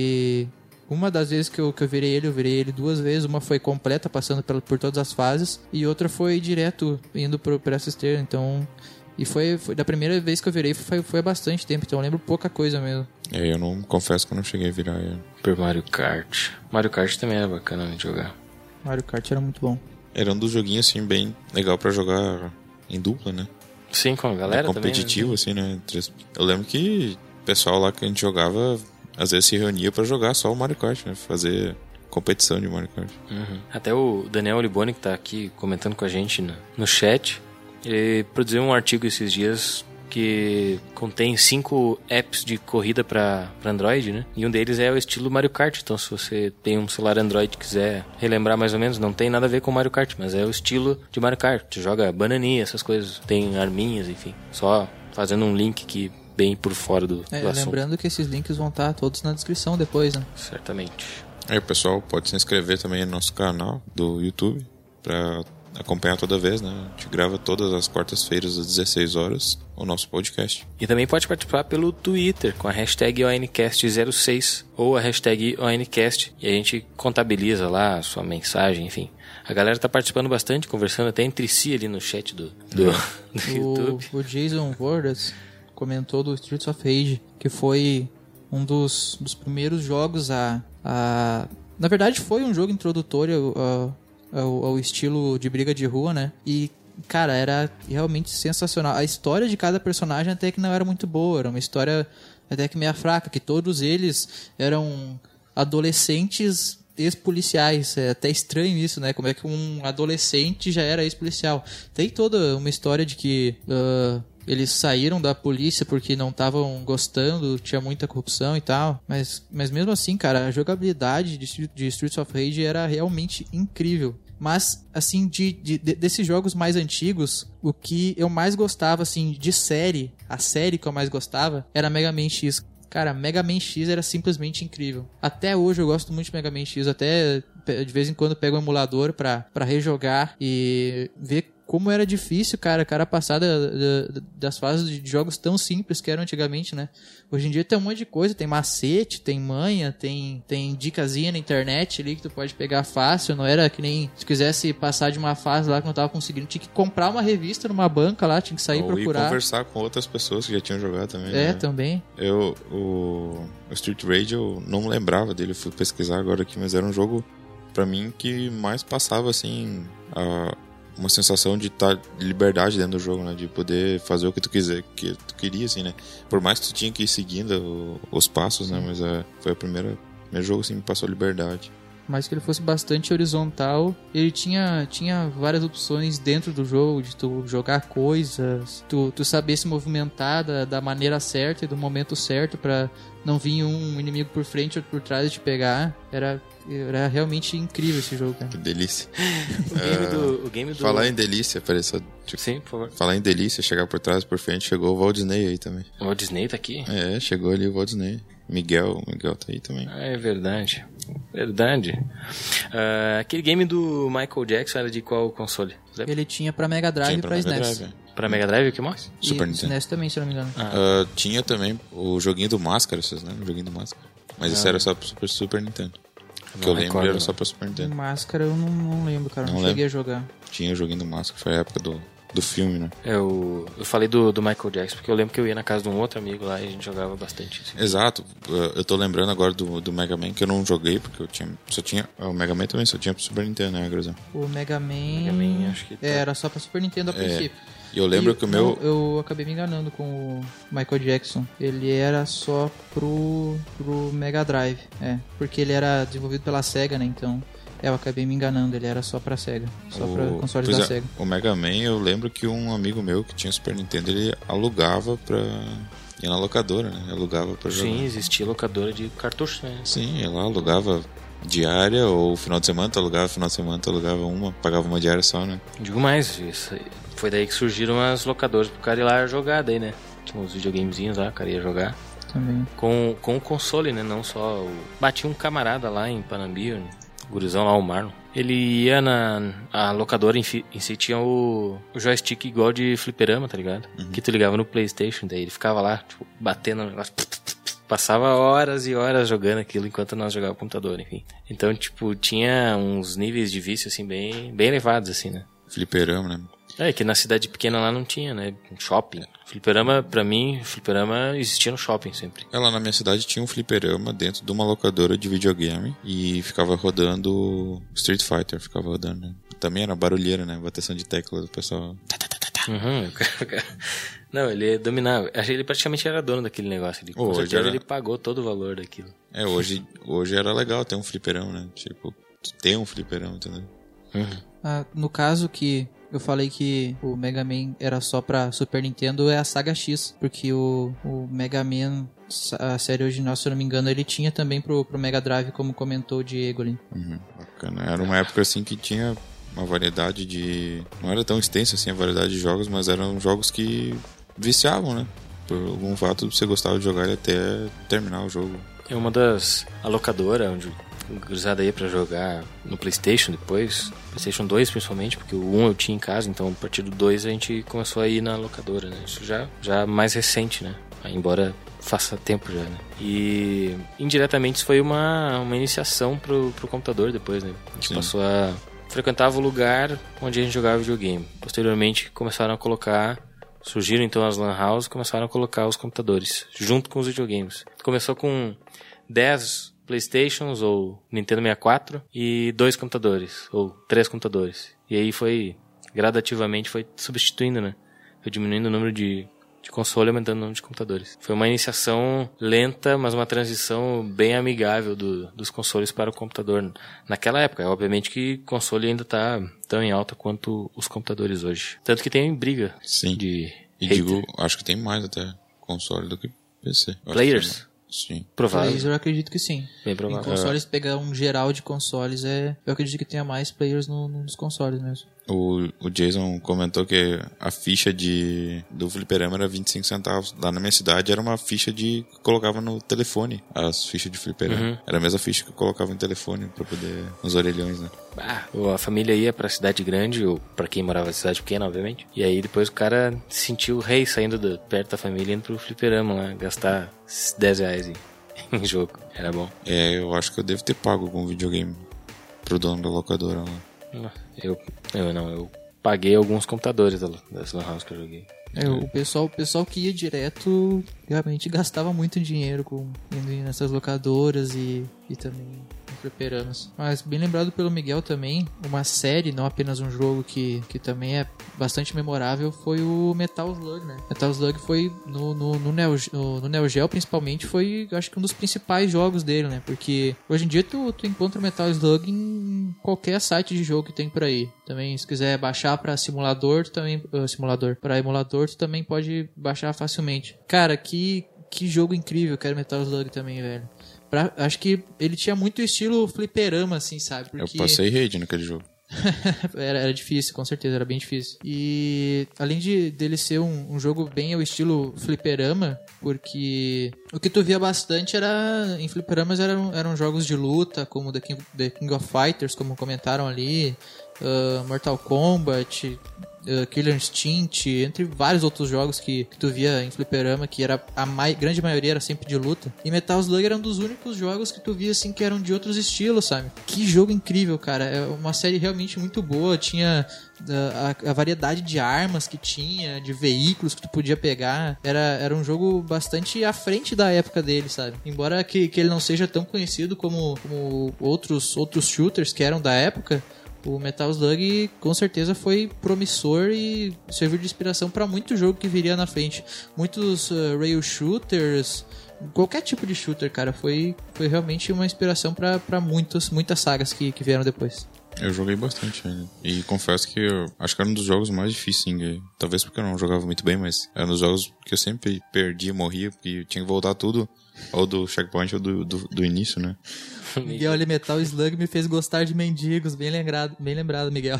E uma das vezes que eu, que eu virei ele, eu virei ele duas vezes. Uma foi completa, passando por, por todas as fases, e outra foi direto, indo pro, pra essa esteira. Então... E foi, foi da primeira vez que eu virei, foi, foi há bastante tempo, então eu lembro pouca coisa mesmo. É, eu não confesso que eu não cheguei a virar ele. Super Mario Kart. Mario Kart também era bacana de jogar. Mario Kart era muito bom. Era um dos joguinhos, assim, bem legal pra jogar em dupla, né? Sim, com a galera é competitivo, também, né? assim, né? Eu lembro que o pessoal lá que a gente jogava, às vezes se reunia pra jogar só o Mario Kart, né? Fazer competição de Mario Kart. Uhum. Até o Daniel Oliboni, que tá aqui comentando com a gente no, no chat, ele produziu um artigo esses dias que contém cinco apps de corrida para Android, né? E um deles é o estilo Mario Kart. Então, se você tem um celular Android e quiser relembrar mais ou menos, não tem nada a ver com Mario Kart, mas é o estilo de Mario Kart. Tu joga bananinha, essas coisas, tem arminhas, enfim. Só fazendo um link que bem por fora do, é, do assunto. Lembrando que esses links vão estar todos na descrição depois, né? Certamente. Aí o pessoal pode se inscrever também no nosso canal do YouTube para acompanhar toda vez, né? A gente grava todas as quartas-feiras às dezesseis horas o nosso podcast. E também pode participar pelo Twitter com a hashtag O N cast zero seis ou a hashtag O N cast e a gente contabiliza lá a sua mensagem, enfim. A galera tá participando bastante, conversando até entre si ali no chat do, do, do YouTube. O, o Jason Vordas comentou do Streets of Rage, que foi um dos, dos primeiros jogos a, a... Na verdade foi um jogo introdutório a Ao, ao estilo de briga de rua, né? E, cara, era realmente sensacional. A história de cada personagem até que não era muito boa. Era uma história até que meio fraca, que todos eles eram adolescentes ex-policiais. É até estranho isso, né? Como é que um adolescente já era ex-policial. Tem toda uma história de que... Uh, eles saíram da polícia porque não estavam gostando, tinha muita corrupção e tal. Mas, mas mesmo assim, cara, a jogabilidade de, de Streets of Rage era realmente incrível. Mas, assim, de, de, de, desses jogos mais antigos, o que eu mais gostava, assim, de série, a série que eu mais gostava, era Mega Man X. Cara, Mega Man X era simplesmente incrível. Até hoje eu gosto muito de Mega Man X. Até de vez em quando pego um emulador pra, pra rejogar e ver como era difícil, cara, cara passar da, da, das fases de jogos tão simples que eram antigamente, né? Hoje em dia tem um monte de coisa, tem macete, tem manha, tem, tem dicasinha na internet ali que tu pode pegar fácil, não era que nem se quisesse passar de uma fase lá que não tava conseguindo, tinha que comprar uma revista numa banca lá, tinha que sair Ou procurar. Ou conversar com outras pessoas que já tinham jogado também, É, né? também. Eu, o, o Street Rage, eu não lembrava dele, eu fui pesquisar agora aqui, mas era um jogo, pra mim, que mais passava, assim, a... uma sensação de estar tá, de liberdade dentro do jogo, né? De poder fazer o que tu quiser, que tu queria, assim, né? Por mais que tu tinha que ir seguindo o, os passos, né? Mas é, foi o primeiro, primeiro jogo assim, que me passou liberdade. Mas que ele fosse bastante horizontal, ele tinha, tinha várias opções dentro do jogo, de tu jogar coisas, tu, tu saber se movimentar da, da maneira certa e do momento certo pra não vir um inimigo por frente ou por trás e te pegar. Era, era realmente incrível esse jogo, cara. Que delícia. o, game do, o game do... Falar em delícia, peraí só... Tipo, sim, por favor. Falar em delícia, chegar por trás e por frente, chegou o Walt Disney aí também. O Walt Disney tá aqui? É, chegou ali o Walt Disney. Miguel, Miguel tá aí também. Ah, é verdade. Verdade. Uh, aquele game do Michael Jackson era de qual console? Ele tinha pra Mega Drive e pra, pra S N E S. Drive, é. Pra Mega Drive, o que mais? Super e Nintendo. S N E S também, se não me engano. Ah. Uh, tinha também o joguinho do Máscara, vocês lembram? O joguinho do Máscara. Mas esse era só pro Super, Super Nintendo. O que eu lembro era só pra Super Nintendo. Máscara eu não, não lembro, cara. Não, não cheguei a jogar. Tinha o joguinho do Máscara, foi a época do, do filme, né? Eu, eu falei do, do Michael Jackson, porque eu lembro que eu ia na casa de um outro amigo lá e a gente jogava bastante. Assim. Exato. Eu tô lembrando agora do, do Mega Man, que eu não joguei, porque eu tinha, só tinha... O Mega Man também só tinha pro Super Nintendo, né, Grozão? O Mega Man... Mega Man acho que tá... é, era só pra Super Nintendo a princípio. É. E eu lembro e, que o meu... Não, eu acabei me enganando com o Michael Jackson. Ele era só pro, pro Mega Drive. É, porque ele era desenvolvido pela Sega, né? Então, é, eu acabei me enganando. Ele era só pra Sega. Só o... pra consoles da é, Sega. O Mega Man, eu lembro que um amigo meu que tinha Super Nintendo, ele alugava pra... ia na locadora, né? Alugava pra jogar. Sim, existia locadora de cartucho, né? Sim, ela alugava diária ou final de semana, tu alugava final de semana, tu alugava uma, pagava uma diária só, né? Digo mais, isso aí. Foi daí que surgiram as locadoras pro cara ir lá jogar daí, né? Tinha uns videogamezinhos lá, o cara ia jogar. Também. Com, com o console, né? Não só o... Batia um camarada lá em Panambi, o gurizão lá, o Marlon. Ele ia na... A locadora em, fi, em si tinha o, o joystick igual de fliperama, tá ligado? Uhum. Que tu ligava no PlayStation, daí ele ficava lá, tipo, batendo no negócio... Passava horas e horas jogando aquilo enquanto nós jogávamos computador, enfim. Então, tipo, tinha uns níveis de vício, assim, bem, bem elevados, assim, né? Fliperama, né? É, que na cidade pequena lá não tinha, né? Shopping. Fliperama, pra mim, fliperama existia no shopping sempre. É, lá na minha cidade tinha um fliperama dentro de uma locadora de videogame e ficava rodando Street Fighter, ficava rodando, né? Também era barulheira, né? Bateção de tecla do pessoal. Uhum. Não, ele dominava. Achei ele praticamente era dono daquele negócio. Ele, com oh, certeza era... ele pagou todo o valor daquilo. É, hoje, hoje era legal ter um fliperão, né? Tipo, ter um fliperão, entendeu? Uhum. Ah, no caso que eu falei que o Mega Man era só pra Super Nintendo, é a Saga X. Porque o, o Mega Man, a série original, se eu não me engano, ele tinha também pro, pro Mega Drive, como comentou o Diego ali. Uhum, bacana. Era uma época assim que tinha uma variedade de... Não era tão extensa assim a variedade de jogos, mas eram jogos que viciavam, né? Por algum fato você gostava de jogar ele até terminar o jogo. É uma das... A locadora, onde o gurizada ia pra jogar no PlayStation depois, PlayStation dois principalmente, porque o um eu tinha em casa, então a partir do dois a gente começou a ir na locadora, né? Isso já, já mais recente, né? Embora faça tempo já, né? E indiretamente isso foi uma, uma iniciação pro, pro computador depois, né? A gente Sim. passou a... frequentava o lugar onde a gente jogava videogame. Posteriormente começaram a colocar... Surgiram então as lan houses e começaram a colocar os computadores junto com os videogames. Começou com dez PlayStations ou Nintendo sessenta e quatro e dois computadores, ou três computadores. E aí foi, gradativamente, foi substituindo, né? Foi diminuindo o número de, de console e aumentando o número de computadores. Foi uma iniciação lenta, mas uma transição bem amigável do, dos consoles para o computador. Naquela época, obviamente que o console ainda está tão em alta quanto os computadores hoje. Tanto que tem briga Sim. de E hater. digo, acho que tem mais até console do que P C. Eu Players? Sim. Provável. Players eu acredito que sim. Bem provável. Em consoles, pegar um geral de consoles, é, eu acredito que tenha mais players no, nos consoles mesmo. O, o Jason comentou que a ficha de, do fliperama era vinte e cinco centavos. Lá na minha cidade era uma ficha de que colocava no telefone. As fichas de fliperama. Uhum. Era a mesma ficha que eu colocava no telefone pra poder... nos orelhões, né? Ah, a família ia pra cidade grande, ou pra quem morava na cidade pequena, obviamente. E aí depois o cara sentiu o rei saindo do, perto da família indo pro fliperama lá, gastar dez reais em, em jogo. Era bom. É, eu acho que eu devo ter pago algum videogame pro dono da locadora lá. Eu, eu não, eu paguei alguns computadores das lan house que eu joguei. É, o pessoal, o pessoal que ia direto realmente gastava muito dinheiro com, indo nessas locadoras e, e também em fliperamas. Mas bem lembrado pelo Miguel também, uma série, não apenas um jogo que, que também é bastante memorável, foi o Metal Slug, né? Metal Slug foi no, no, no, Neo, no, no Neo Geo principalmente, foi acho que um dos principais jogos dele, né? Porque hoje em dia tu, tu encontra o Metal Slug em qualquer site de jogo que tem por aí. Também se quiser baixar para simulador, tu também uh, simulador, para emulador, tu também pode baixar facilmente. Cara, que, que jogo incrível que era Metal Slug também, velho. Pra, acho que ele tinha muito estilo fliperama, assim, sabe? Porque... Eu passei rede naquele jogo. era, era difícil, com certeza, era bem difícil. E além de dele ser um, um jogo bem ao estilo fliperama, porque o que tu via bastante era, em fliperamas eram, eram jogos de luta, como The King, The King of Fighters, como comentaram ali, uh, Mortal Kombat, uh, Killer Instinct, entre vários outros jogos que, que tu via em fliperama, que era a mai, grande maioria era sempre de luta. E Metal Slug era um dos únicos jogos que tu via assim que eram de outros estilos, sabe? Que jogo incrível, cara. É uma série realmente muito boa. Tinha a, a variedade de armas que tinha, de veículos que tu podia pegar. Era, era um jogo bastante à frente da época dele, sabe? Embora que, que ele não seja tão conhecido como, como outros, outros shooters que eram da época, o Metal Slug com certeza foi promissor e serviu de inspiração para muito jogo que viria na frente. Muitos uh, rail shooters, qualquer tipo de shooter, cara, foi, foi realmente uma inspiração para muitas, muitas sagas que, que vieram depois. Eu joguei bastante ainda. E confesso que eu acho que era um dos jogos mais difíceis, sim. Talvez porque eu não jogava muito bem, mas era um dos jogos que eu sempre perdia, morria, porque tinha que voltar tudo ou do checkpoint ou do, do, do início, né? Miguel, ali, Metal Slug me fez gostar de mendigos, bem lembrado, bem lembrado, Miguel.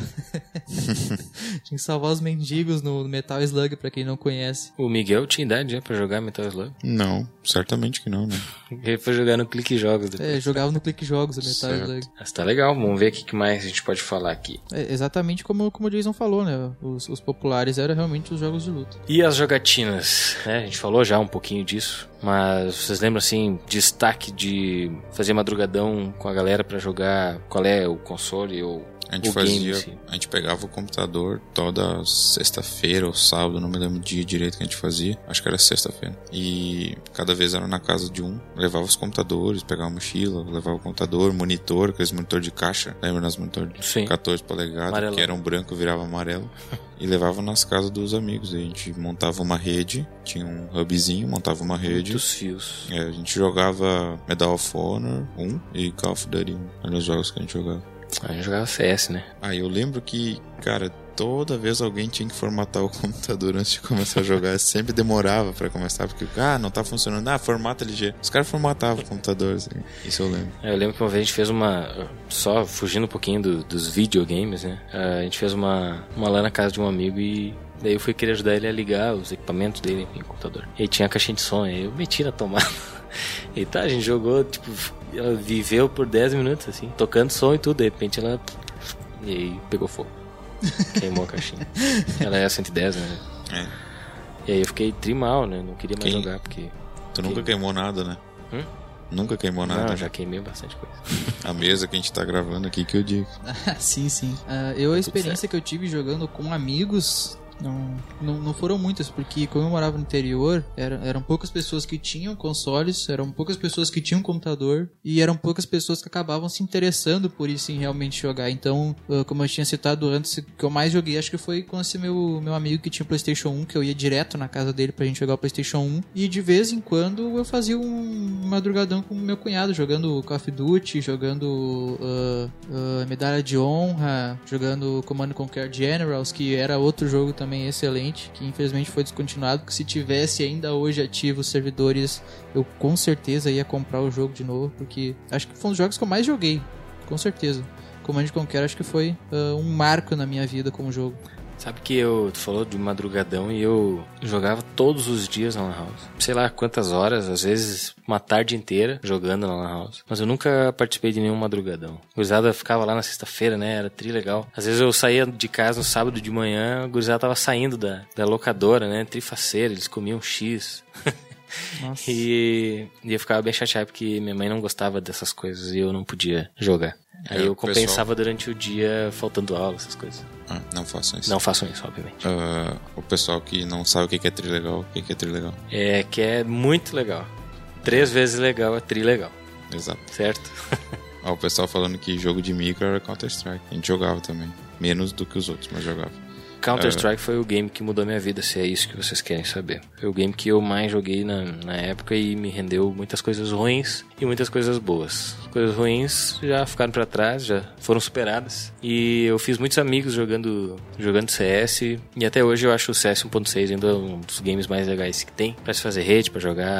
Tinha que salvar os mendigos no Metal Slug, pra quem não conhece. O Miguel tinha idade já pra jogar Metal Slug? Não, certamente que não, né? Ele foi jogar no Clique Jogos depois. É, jogava no Clique Jogos o Metal certo. Slug. Mas tá legal, vamos ver o que mais a gente pode falar aqui. É, exatamente como, como o Jason falou, né? Os, os populares eram realmente os jogos de luta. E as jogatinas, né? A gente falou já um pouquinho disso, mas vocês lembram, assim, destaque de fazer madrugadão com a galera pra jogar qual é o console ou a gente o fazia, game, assim? A gente pegava o computador toda sexta-feira ou sábado, não me lembro o dia direito que a gente fazia, acho que era sexta-feira, e cada vez era na casa de um, levava os computadores, pegava a mochila, levava o computador, monitor, aqueles monitor de caixa, lembra nas monitor de Sim. catorze polegadas, Amarelo. Que eram branco, virava amarelo, e levava nas casas dos amigos, a gente montava uma rede, tinha um hubzinho, montava uma rede. Muitos fios. É, a gente jogava Medal of Honor um e Call of Duty um, eram os jogos que a gente jogava. A gente jogava C S, né? Ah, eu lembro que, cara, toda vez alguém tinha que formatar o computador antes de começar a jogar. Sempre demorava pra começar, porque, ah, não tá funcionando. Ah, formata L G. Os caras formatavam o computador, assim. Isso eu lembro. Eu lembro que uma vez a gente fez uma... Só fugindo um pouquinho do, dos videogames, né? A gente fez uma, uma lá na casa de um amigo e... Daí eu fui querer ajudar ele a ligar os equipamentos dele no computador. E aí tinha a caixinha de som, aí eu meti na tomada. E tá, a gente jogou, tipo... Ela viveu por dez minutos, assim, tocando som e tudo. De repente ela... E aí pegou fogo. Queimou a caixinha. Ela é a cento e dez, né? É. E aí eu fiquei trimal, né? Não queria mais Quem... jogar, porque... Tu nunca Queimou. queimou nada, né? Hum? Nunca queimou nada. Não, já queimei bastante coisa. A mesa que a gente tá gravando aqui que eu digo. Sim, sim. Uh, eu, a experiência que eu tive jogando com amigos... Não, não, não foram muitas, porque como eu morava no interior, era, eram poucas pessoas que tinham consoles, eram poucas pessoas que tinham computador, e eram poucas pessoas que acabavam se interessando por isso em realmente jogar. Então, como eu tinha citado antes, o que eu mais joguei acho que foi com esse meu, meu amigo que tinha o PlayStation um, que eu ia direto na casa dele pra gente jogar o PlayStation um, e de vez em quando eu fazia um madrugadão com o meu cunhado, jogando Call of Duty, jogando uh, uh, Medalha de Honra, jogando Command and Conquer Generals, que era outro jogo também excelente, que infelizmente foi descontinuado, que se tivesse ainda hoje ativos servidores, eu com certeza ia comprar o jogo de novo, porque acho que foi um dos jogos que eu mais joguei, com certeza. Command and Conquer acho que foi uh, um marco na minha vida como jogo. Sabe que eu, tu falou de madrugadão e eu jogava todos os dias na Lan House. Sei lá quantas horas, às vezes uma tarde inteira jogando na Lan House. Mas eu nunca participei de nenhum madrugadão. A gurizada ficava lá na sexta-feira, né? Era tri legal. Às vezes eu saía de casa no sábado de manhã, a gurizada tava saindo da, da locadora, né? Trifaceira, eles comiam X. Nossa. E, e eu ficava bem chateado porque minha mãe não gostava dessas coisas e eu não podia jogar. Aí é, eu compensava pessoal... durante o dia faltando aula, essas coisas. Ah, não façam isso. Não façam isso, obviamente. Uh, o pessoal que não sabe o que é trilegal, o que é trilegal? É que é muito legal. Três vezes legal é trilegal. Exato. Certo? Ah, o pessoal falando que jogo de micro era Counter-Strike. A gente jogava também. Menos do que os outros, mas jogava. Counter-Strike uh... foi o game que mudou minha vida, se é isso que vocês querem saber. Foi o game que eu mais joguei na, na época e me rendeu muitas coisas ruins e muitas coisas boas. Coisas ruins já ficaram pra trás, já foram superadas. E eu fiz muitos amigos jogando, jogando C S. E até hoje eu acho o C S um ponto seis ainda um dos games mais legais que tem. Pra se fazer rede, pra jogar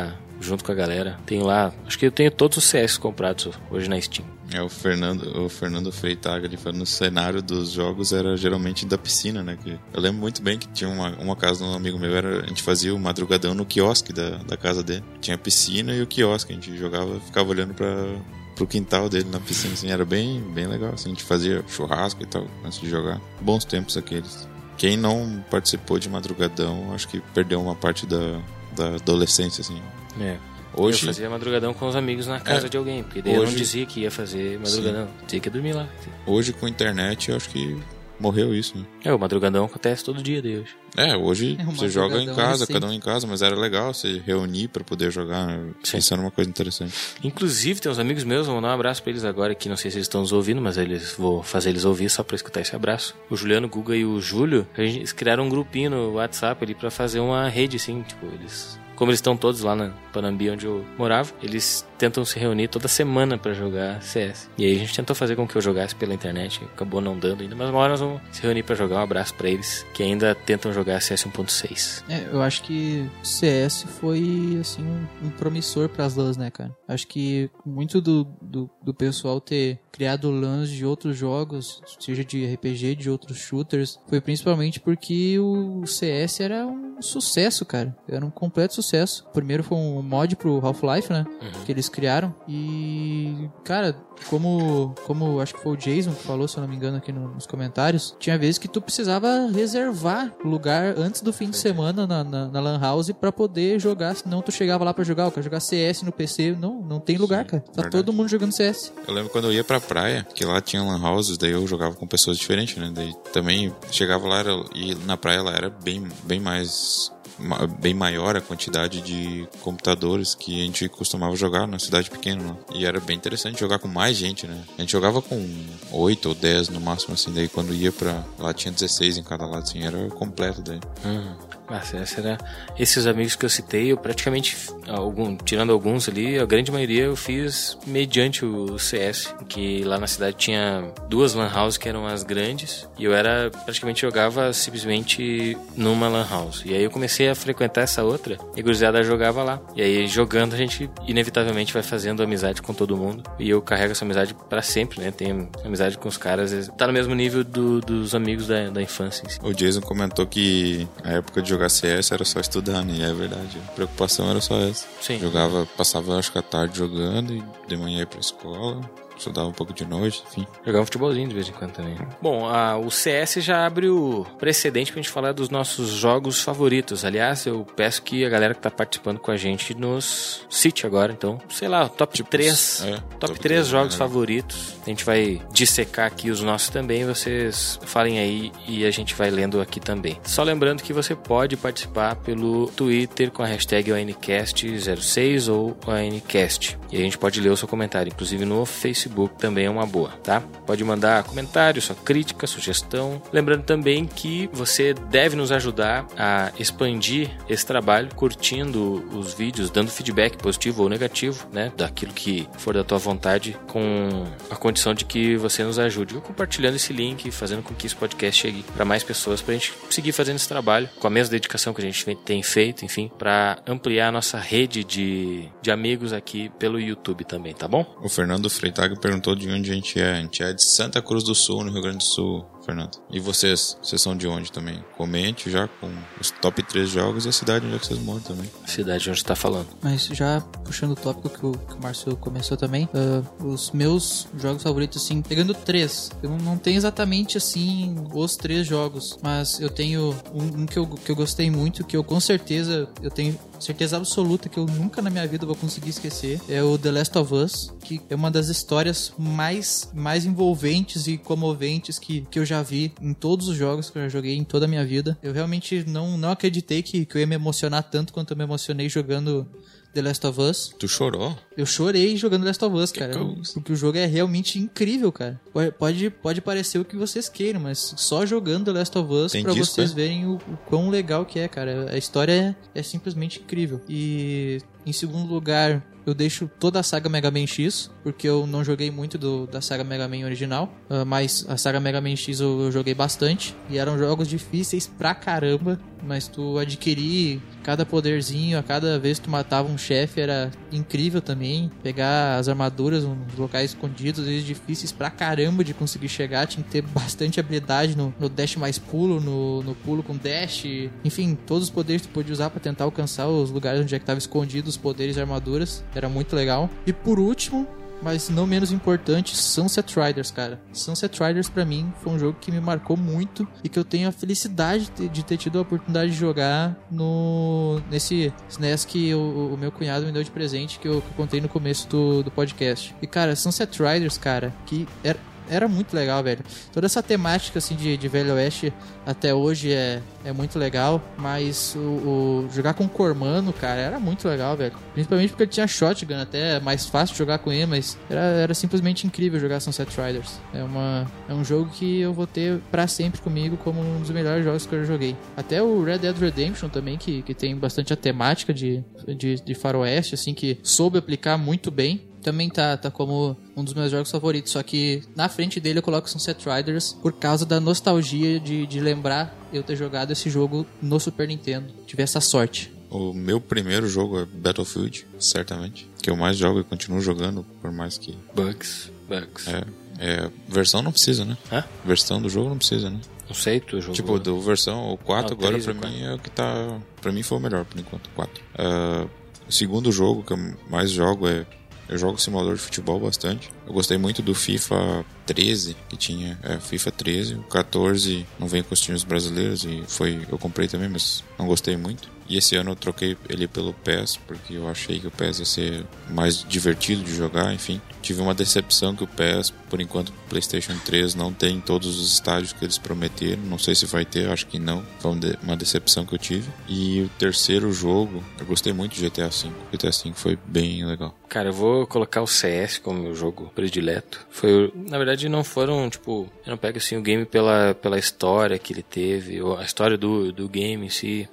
junto com a galera. Tenho lá, acho que eu tenho todos os C S comprados hoje na Steam. É, o Fernando, o Fernando Freitag, ele falou, no cenário dos jogos era geralmente da piscina, né? Que eu lembro muito bem que tinha uma, uma casa de um amigo meu, era, a gente fazia o madrugadão no quiosque da, da casa dele. Tinha a piscina e o quiosque, a gente jogava, ficava olhando pra, pro quintal dele na piscina, assim, era bem, bem legal, assim, a gente fazia churrasco e tal, antes de jogar. Bons tempos aqueles. Quem não participou de madrugadão, acho que perdeu uma parte da, da adolescência, assim. É. Hoje, eu fazia madrugadão com os amigos na casa é, de alguém, porque daí hoje, eu não dizia que ia fazer madrugadão, sim. Dizia que ia dormir lá. Hoje com a internet eu acho que morreu isso, né? É, o madrugadão acontece todo dia de hoje. É, hoje é, você joga em casa, assim. Cada um em casa, mas era legal você reunir pra poder jogar, né? Isso era uma coisa interessante. Inclusive tem uns amigos meus, vou mandar um abraço pra eles agora, que não sei se eles estão nos ouvindo, mas eles vou fazer eles ouvir só pra escutar esse abraço. O Juliano, o Guga e o Júlio, eles criaram um grupinho no WhatsApp ali pra fazer uma rede, assim, tipo, eles... Como eles estão todos lá na Panambi, onde eu morava, eles tentam se reunir toda semana pra jogar C S. E aí a gente tentou fazer com que eu jogasse pela internet, acabou não dando ainda, mas uma hora nós vamos se reunir pra jogar. Um abraço pra eles que ainda tentam jogar C S um ponto seis. É, eu acho que C S foi, assim, um, um promissor pras LANs, né, cara? Acho que muito do, do, do pessoal ter criado LANs de outros jogos, seja de R P G, de outros shooters, foi principalmente porque o C S era um sucesso, cara. Era um completo sucesso. O primeiro foi um mod pro Half-Life, né? Uhum. Que eles criaram. E, cara, como, como acho que foi o Jason que falou, se eu não me engano, aqui no, nos comentários, tinha vezes que tu precisava reservar lugar antes do fim de semana na, na, na Lan House pra poder jogar, senão tu chegava lá pra jogar, eu quero jogar C S no P C. Não, não tem lugar, cara. Tá verdade. Todo mundo jogando C S. Eu lembro quando eu ia pra praia, que lá tinha Lan Houses, daí eu jogava com pessoas diferentes, né? Daí também chegava lá era, e na praia ela era bem, bem mais... bem maior a quantidade de computadores que a gente costumava jogar na cidade pequena, né? E era bem interessante jogar com mais gente, né? A gente jogava com oito ou dez no máximo, assim, daí quando ia pra lá tinha dezesseis em cada lado, assim, era completo daí. Hum. Nossa, essa era... Esses amigos que eu citei, eu praticamente, algum, tirando alguns ali, a grande maioria eu fiz mediante o C S, que lá na cidade tinha duas lan houses que eram as grandes, e eu era, praticamente jogava simplesmente numa lan house. E aí eu comecei a frequentar essa outra, e a gurizada jogava lá. E aí jogando a gente inevitavelmente vai fazendo amizade com todo mundo, e eu carrego essa amizade pra sempre, né? Tenho amizade com os caras, tá no mesmo nível do, dos amigos da, da infância. Assim. O Jason comentou que a época de jogar C S era só estudar, né? E é verdade. A preocupação era só essa. Sim. Jogava, passava acho que a tarde jogando e de manhã ia pra escola. Estudava um pouco de noite, enfim. Jogava um futebolzinho de vez em quando também. Bom, a, o C S já abre o precedente pra gente falar dos nossos jogos favoritos. Aliás, eu peço que a galera que tá participando com a gente nos cite agora, então, sei lá, top tipo, três. É, top, top três jogos né? favoritos. A gente vai dissecar aqui os nossos também, vocês falem aí e a gente vai lendo aqui também. Só lembrando que você pode participar pelo Twitter com a hashtag O N cast zero seis ou O N cast. E a gente pode ler o seu comentário, inclusive no Facebook também é uma boa, tá? Pode mandar comentário, sua crítica, sugestão. Lembrando também que você deve nos ajudar a expandir esse trabalho, curtindo os vídeos, dando feedback positivo ou negativo, né? Daquilo que for da tua vontade, com a condição de que você nos ajude. Ou compartilhando esse link, fazendo com que esse podcast chegue para mais pessoas, pra gente seguir fazendo esse trabalho com a mesma dedicação que a gente tem feito, enfim, para ampliar a nossa rede de, de amigos aqui pelo YouTube também, tá bom? O Fernando Freitag perguntou de onde a gente é. A gente é de Santa Cruz do Sul, no Rio Grande do Sul, Fernando. E vocês? Vocês são de onde também? Comente já com os top três jogos e a cidade onde é que vocês moram também. A cidade onde você tá falando. Mas já puxando o tópico que o, que o Márcio começou também, uh, os meus jogos favoritos, assim, pegando três. Eu não, não tenho exatamente, assim, os três jogos, mas eu tenho um, um que, eu, que eu gostei muito, que eu com certeza, eu tenho certeza absoluta que eu nunca na minha vida vou conseguir esquecer, é o The Last of Us, que é uma das histórias mais, mais envolventes e comoventes que, que eu já vi em todos os jogos que eu já joguei em toda a minha vida. Eu realmente não, não acreditei que, que eu ia me emocionar tanto quanto eu me emocionei jogando The Last of Us. Tu chorou? Eu chorei jogando The Last of Us, cara. Que porque o jogo é realmente incrível, cara. Pode, pode parecer o que vocês queiram, mas só jogando The Last of Us Tem pra disco, vocês é? verem o, o quão legal que é, cara. A história é, é simplesmente incrível. E em segundo lugar, eu deixo toda a saga Mega Man X, porque eu não joguei muito do, da saga Mega Man original, uh, mas a saga Mega Man X eu, eu joguei bastante, e eram jogos difíceis pra caramba, mas tu adquirir cada poderzinho, a cada vez que tu matava um chefe era incrível também. Pegar as armaduras nos locais escondidos, às vezes difíceis pra caramba de conseguir chegar, tinha que ter bastante habilidade no, no dash mais pulo, no, no pulo com dash, enfim, todos os poderes que tu podia usar pra tentar alcançar os lugares onde é que tava escondido os poderes e armaduras, era muito legal. E por último, mas não menos importante, Sunset Riders, cara. Sunset Riders pra mim foi um jogo que me marcou muito e que eu tenho a felicidade de, de ter tido a oportunidade de jogar no nesse S N E S que o, o meu cunhado me deu de presente, que eu, que eu contei no começo do, do podcast. E cara, Sunset Riders, cara, que era, era muito legal, velho. Toda essa temática assim de, de Velho Oeste até hoje é, é muito legal, mas o, o jogar com o Cormano, cara, era muito legal, velho. Principalmente porque ele tinha shotgun, até é mais fácil de jogar com ele, mas era, era simplesmente incrível jogar Sunset Riders. É, uma, é um jogo que eu vou ter pra sempre comigo como um dos melhores jogos que eu já joguei. Até o Red Dead Redemption também, que, que tem bastante a temática de, de, de faroeste, assim, que soube aplicar muito bem. Também tá, tá como um dos meus jogos favoritos, só que na frente dele eu coloco Sunset Riders por causa da nostalgia de, de lembrar eu ter jogado esse jogo no Super Nintendo. Tive essa sorte. O meu primeiro jogo é Battlefield, certamente, que eu mais jogo e continuo jogando, por mais que... Bugs, bugs. É, é versão não precisa, né? Hã? Versão do jogo não precisa, né? Não sei, tu jogou... Tipo, do versão o quatro, ah, agora três, pra quatro. mim é o que tá... Pra mim foi o melhor, por enquanto, o quatro. Uh, o segundo jogo que eu mais jogo é... Eu jogo simulador de futebol bastante. Eu gostei muito do FIFA treze, que tinha... É, FIFA treze. O quatorze não vem com os times brasileiros e foi... Eu comprei também, mas não gostei muito. E esse ano eu troquei ele pelo P E S, porque eu achei que o P E S ia ser mais divertido de jogar, enfim. Tive uma decepção que o P E S, por enquanto, o PlayStation três não tem todos os estádios que eles prometeram. Não sei se vai ter, acho que não. Foi uma decepção que eu tive. E o terceiro jogo, eu gostei muito de G T A cinco. G T A cinco foi bem legal. Cara, eu vou colocar o C S como meu jogo predileto. Foi, na verdade, não foram, tipo... Eu não pego, assim, o game pela, pela história que ele teve, ou a história do, do game em si,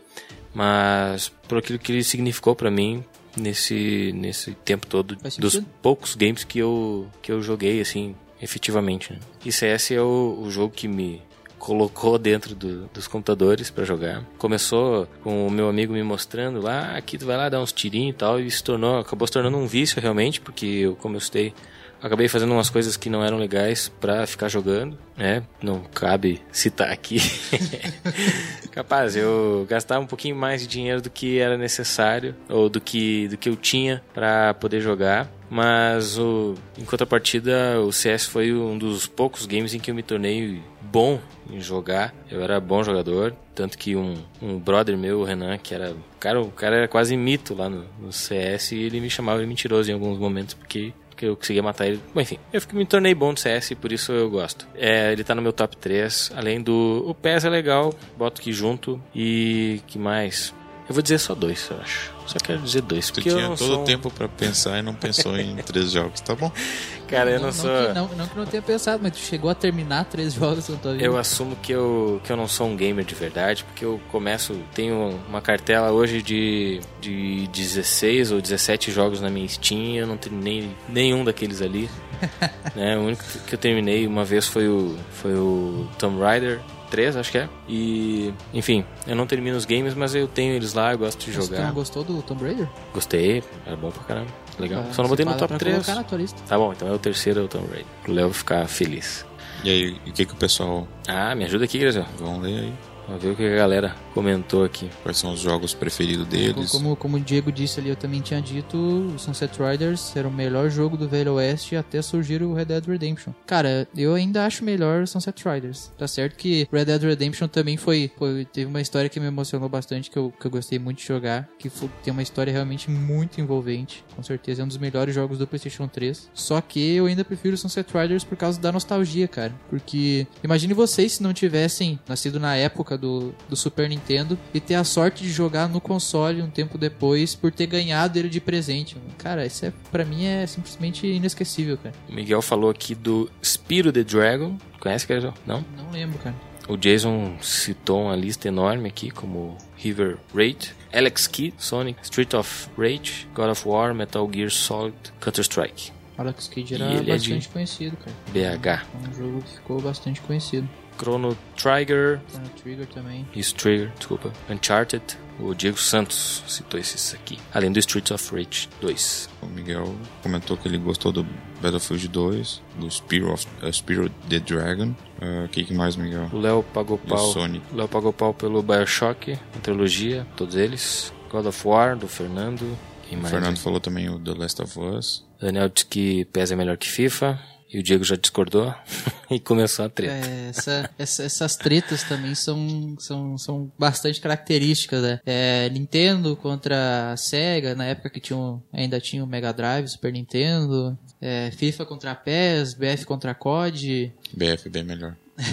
mas por aquilo que ele significou pra mim nesse, nesse tempo todo, dos poucos games que eu, que eu joguei, assim, efetivamente, né? E C S é o, o jogo que me colocou dentro do, dos computadores pra jogar. Começou com o meu amigo me mostrando lá, ah, aqui tu vai lá dar uns tirinhos e tal, e se tornou, acabou se tornando um vício realmente, porque eu, como eu estudei, acabei fazendo umas coisas que não eram legais pra ficar jogando, né? Não cabe citar aqui. Capaz, eu gastava um pouquinho mais de dinheiro do que era necessário, ou do que, do que eu tinha pra poder jogar. Mas, o, em contrapartida, o C S foi um dos poucos games em que eu me tornei bom em jogar. Eu era bom jogador, tanto que um, um brother meu, o Renan, que era... O cara, o cara era quase mito lá no, no C S, e ele me chamava de mentiroso em alguns momentos, porque... que eu conseguia matar ele. Bom, enfim, eu me tornei bom no C S e por isso eu gosto. É, ele tá no meu top três. Além do... O P E S é legal, boto aqui junto. E... que mais? Eu vou dizer só dois, eu acho. Só quero dizer dois. Tu porque tinha eu não todo sou... o tempo pra pensar e não pensou em três jogos, tá bom? Cara, eu não, não, não sou... Que, não, não que não tenha pensado, mas tu chegou a terminar três jogos na tua vida. Eu assumo que eu, que eu não sou um gamer de verdade, porque eu começo... Tenho uma cartela hoje de, de dezesseis ou dezessete jogos na minha Steam, eu não terminei nenhum daqueles ali. Né? O único que eu terminei uma vez foi o, foi o Tomb Raider três, acho que é. E, enfim, eu não termino os games, mas eu tenho eles lá, eu gosto de Mas jogar. tu não gostou do Tomb Raider? Gostei, era bom pra caramba. Legal. Ah, Só não botei no fala top pra três. colocar na tua lista. Tá bom, então é o terceiro, é o Tomb Raider. O Léo ficar feliz. E aí, o que que o pessoal... Ah, me ajuda aqui, Graziel. Vão ler aí. Vamos ver o que a galera comentou aqui. Quais são os jogos preferidos deles. Como, como o Diego disse ali, eu também tinha dito, o Sunset Riders era o melhor jogo do Velho Oeste até surgir o Red Dead Redemption. Cara, eu ainda acho melhor o Sunset Riders. Tá certo que Red Dead Redemption também foi, foi teve uma história que me emocionou bastante, que eu, que eu gostei muito de jogar, que foi, tem uma história realmente muito envolvente. Com certeza é um dos melhores jogos do PlayStation três. Só que eu ainda prefiro o Sunset Riders por causa da nostalgia, cara. Porque imagine vocês se não tivessem nascido na época Do, do Super Nintendo e ter a sorte de jogar no console um tempo depois por ter ganhado ele de presente. Cara, isso é, pra mim é simplesmente inesquecível, cara. O Miguel falou aqui do Spyro the Dragon. Conhece, Graziel? Não? Não lembro, cara. O Jason citou uma lista enorme aqui, como River Raid, Alex Kidd, Sonic, Street of Rage, God of War, Metal Gear Solid, Counter-Strike. Alex Kidd era E ele bastante é de conhecido, cara. B H. É um jogo que ficou bastante conhecido. Chrono Trigger. Chrono Trigger também. Isso, Trigger, desculpa. Uncharted. O Diego Santos citou esses aqui. Além do Streets of Rage dois. O Miguel comentou que ele gostou do Battlefield dois, do Spyro, of, uh, Spyro the Dragon. O uh, que, que mais, Miguel? O Léo pagou pau. Sonic. O Léo pagou pau pelo BioShock, a trilogia, todos eles. God of War, do Fernando. Quem o mais? Fernando Aqui? falou também o The Last of Us. Daniel disse que P E S é melhor que FIFA. E o Diego já discordou e começou a treta. É, essa, essa, essas tretas também são, são, são bastante características, né? É, Nintendo contra a Sega, na época que tinha um, ainda tinha o Mega Drive, Super Nintendo. É, FIFA contra a P E S, B F contra a C O D. B F bem melhor.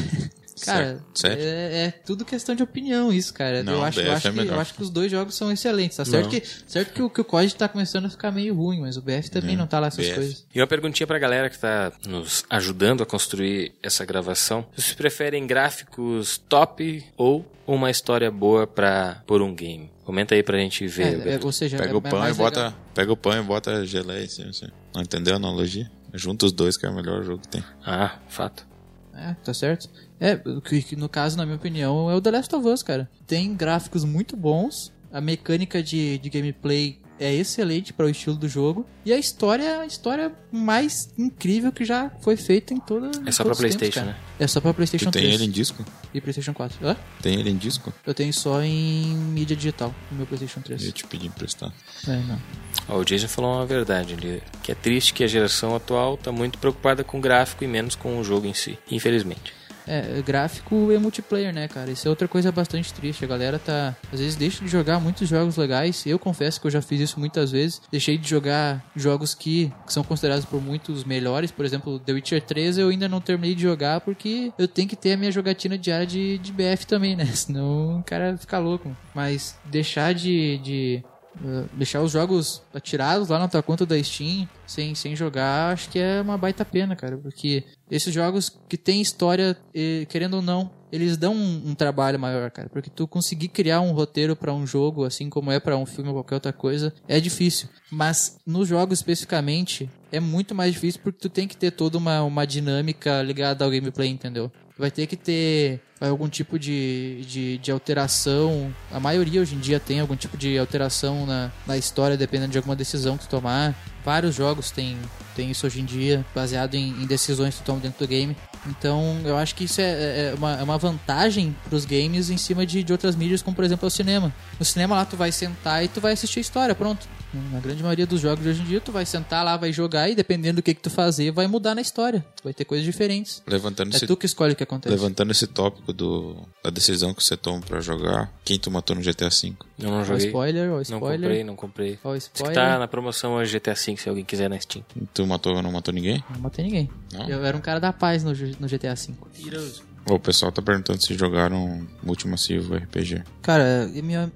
Cara, Sério? é, é tudo questão de opinião isso, cara. Não, eu, acho, eu, acho é que, melhor. eu acho que os dois jogos são excelentes, tá? Certo que, certo que, o, que o C O D tá começando a ficar meio ruim, mas o B F também É, não tá lá essas B F. coisas. E uma perguntinha pra galera que tá nos ajudando a construir essa gravação. Vocês preferem gráficos top ou uma história boa pra por um game? Comenta aí pra gente ver. É, é, ou seja, Pega é, o pão é e bota, legal. pega o pão e bota geleia em cima, assim. Não entendeu a analogia? Junta os dois que é o melhor jogo que tem. Ah, fato. É, tá certo. É, que, que no caso, na minha opinião, é o The Last of Us, cara. Tem gráficos muito bons, a mecânica de, de gameplay é excelente para o estilo do jogo, e a história é a história mais incrível que já foi feita em toda É só pra PlayStation, tempos, né? É só pra PlayStation Tu tem três ele em disco? e PlayStation quatro. Hã? Tem ele em disco? Eu tenho só em mídia digital, no meu PlayStation Eu três. ia te pedir emprestar. É, não. Ó, o Jason falou uma verdade, ele, que é triste que a geração atual tá muito preocupada com o gráfico e menos com o jogo em si, infelizmente. É, gráfico e multiplayer, né, cara? Isso é outra coisa bastante triste. A galera tá... Às vezes deixa de jogar muitos jogos legais. Eu confesso que eu já fiz isso muitas vezes. Deixei de jogar jogos que, que são considerados por muitos melhores. Por exemplo, The Witcher três eu ainda não terminei de jogar porque eu tenho que ter a minha jogatina diária de, de B F também, né? Senão o cara fica louco. Mas deixar de... de Uh, deixar os jogos atirados lá na tua conta da Steam sem, sem jogar, acho que é uma baita pena, cara, porque esses jogos que tem história, eh, querendo ou não, eles dão um, um trabalho maior, cara, porque tu conseguir criar um roteiro pra um jogo, assim como é pra um filme ou qualquer outra coisa, é difícil, mas nos jogos especificamente é muito mais difícil porque tu tem que ter toda uma, uma dinâmica ligada ao gameplay, entendeu? Vai ter que ter algum tipo de, de, de alteração. A maioria hoje em dia tem algum tipo de alteração na, na história, dependendo de alguma decisão que tu tomar. Vários jogos tem, tem isso hoje em dia, baseado em, em decisões que tu toma dentro do game. Então eu acho que isso é, é, uma, é uma vantagem pros games em cima de, de outras mídias, como por exemplo o cinema. No cinema lá tu vai sentar e tu vai assistir a história, pronto. Na grande maioria dos jogos de hoje em dia tu vai sentar lá, vai jogar e dependendo do que, que tu fazer, vai mudar na história. Vai ter coisas diferentes. Levantando É esse, tu que escolhe o que acontece. levantando esse tópico do, da decisão que você toma pra jogar, quem tu matou no G T A cinco? Eu não Ó, joguei. spoiler, ó, Não spoiler. comprei, não comprei. Ó, Diz que spoiler. tá na promoção hoje G T A cinco, se alguém quiser na Steam. Tu matou ou não matou ninguém? Não matei ninguém. Não? Eu era um cara da paz no, G- no G T A cinco. O pessoal tá perguntando se jogaram Multimassivo R P G. Cara,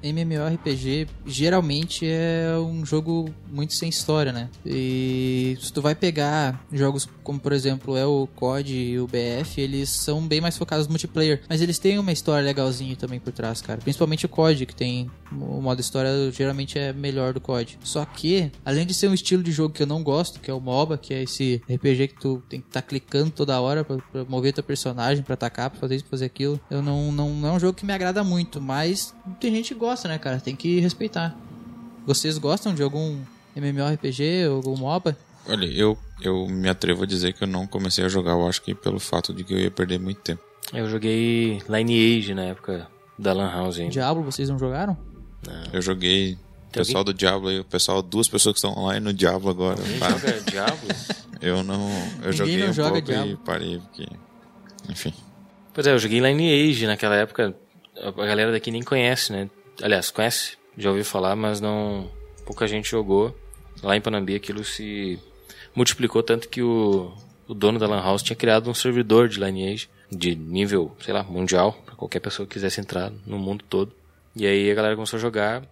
MMORPG geralmente é um jogo muito sem história, né? E se tu vai pegar jogos como, por exemplo, é o C O D e o B F, eles são bem mais focados no multiplayer. Mas eles têm uma história legalzinha também por trás, cara. Principalmente o C O D, que tem o modo história geralmente é melhor do C O D. Só que, além de ser um estilo de jogo que eu não gosto, que é o MOBA, que é esse R P G que tu tem que estar tá clicando toda hora pra, pra mover teu personagem, pra atacar, pra fazer isso, pra fazer aquilo. Eu não, não, não é um jogo que me agrada muito, mas tem gente que gosta, né, cara? Tem que respeitar. Vocês gostam de algum MMORPG ou algum MOBA? Olha, eu, eu me atrevo a dizer que eu não comecei a jogar, eu acho que pelo fato de que eu ia perder muito tempo. Eu joguei Lineage na época da Lan House ainda. Diablo, vocês não jogaram? Não. Eu joguei o pessoal do Diablo aí, o pessoal, duas pessoas que estão online no Diablo agora. Quem Tá? joga Diablo? Eu não, eu Ninguém joguei não um joga pouco Diablo. e parei porque, enfim. Pois é, eu joguei Lineage naquela época. A galera daqui nem conhece, né? Aliás, conhece, já ouviu falar, mas não... Pouca gente jogou. Lá em Panambi aquilo se multiplicou tanto que o, o dono da Lan House tinha criado um servidor de Lineage de nível, sei lá, mundial, pra qualquer pessoa que quisesse entrar no mundo todo. E aí a galera começou a jogar,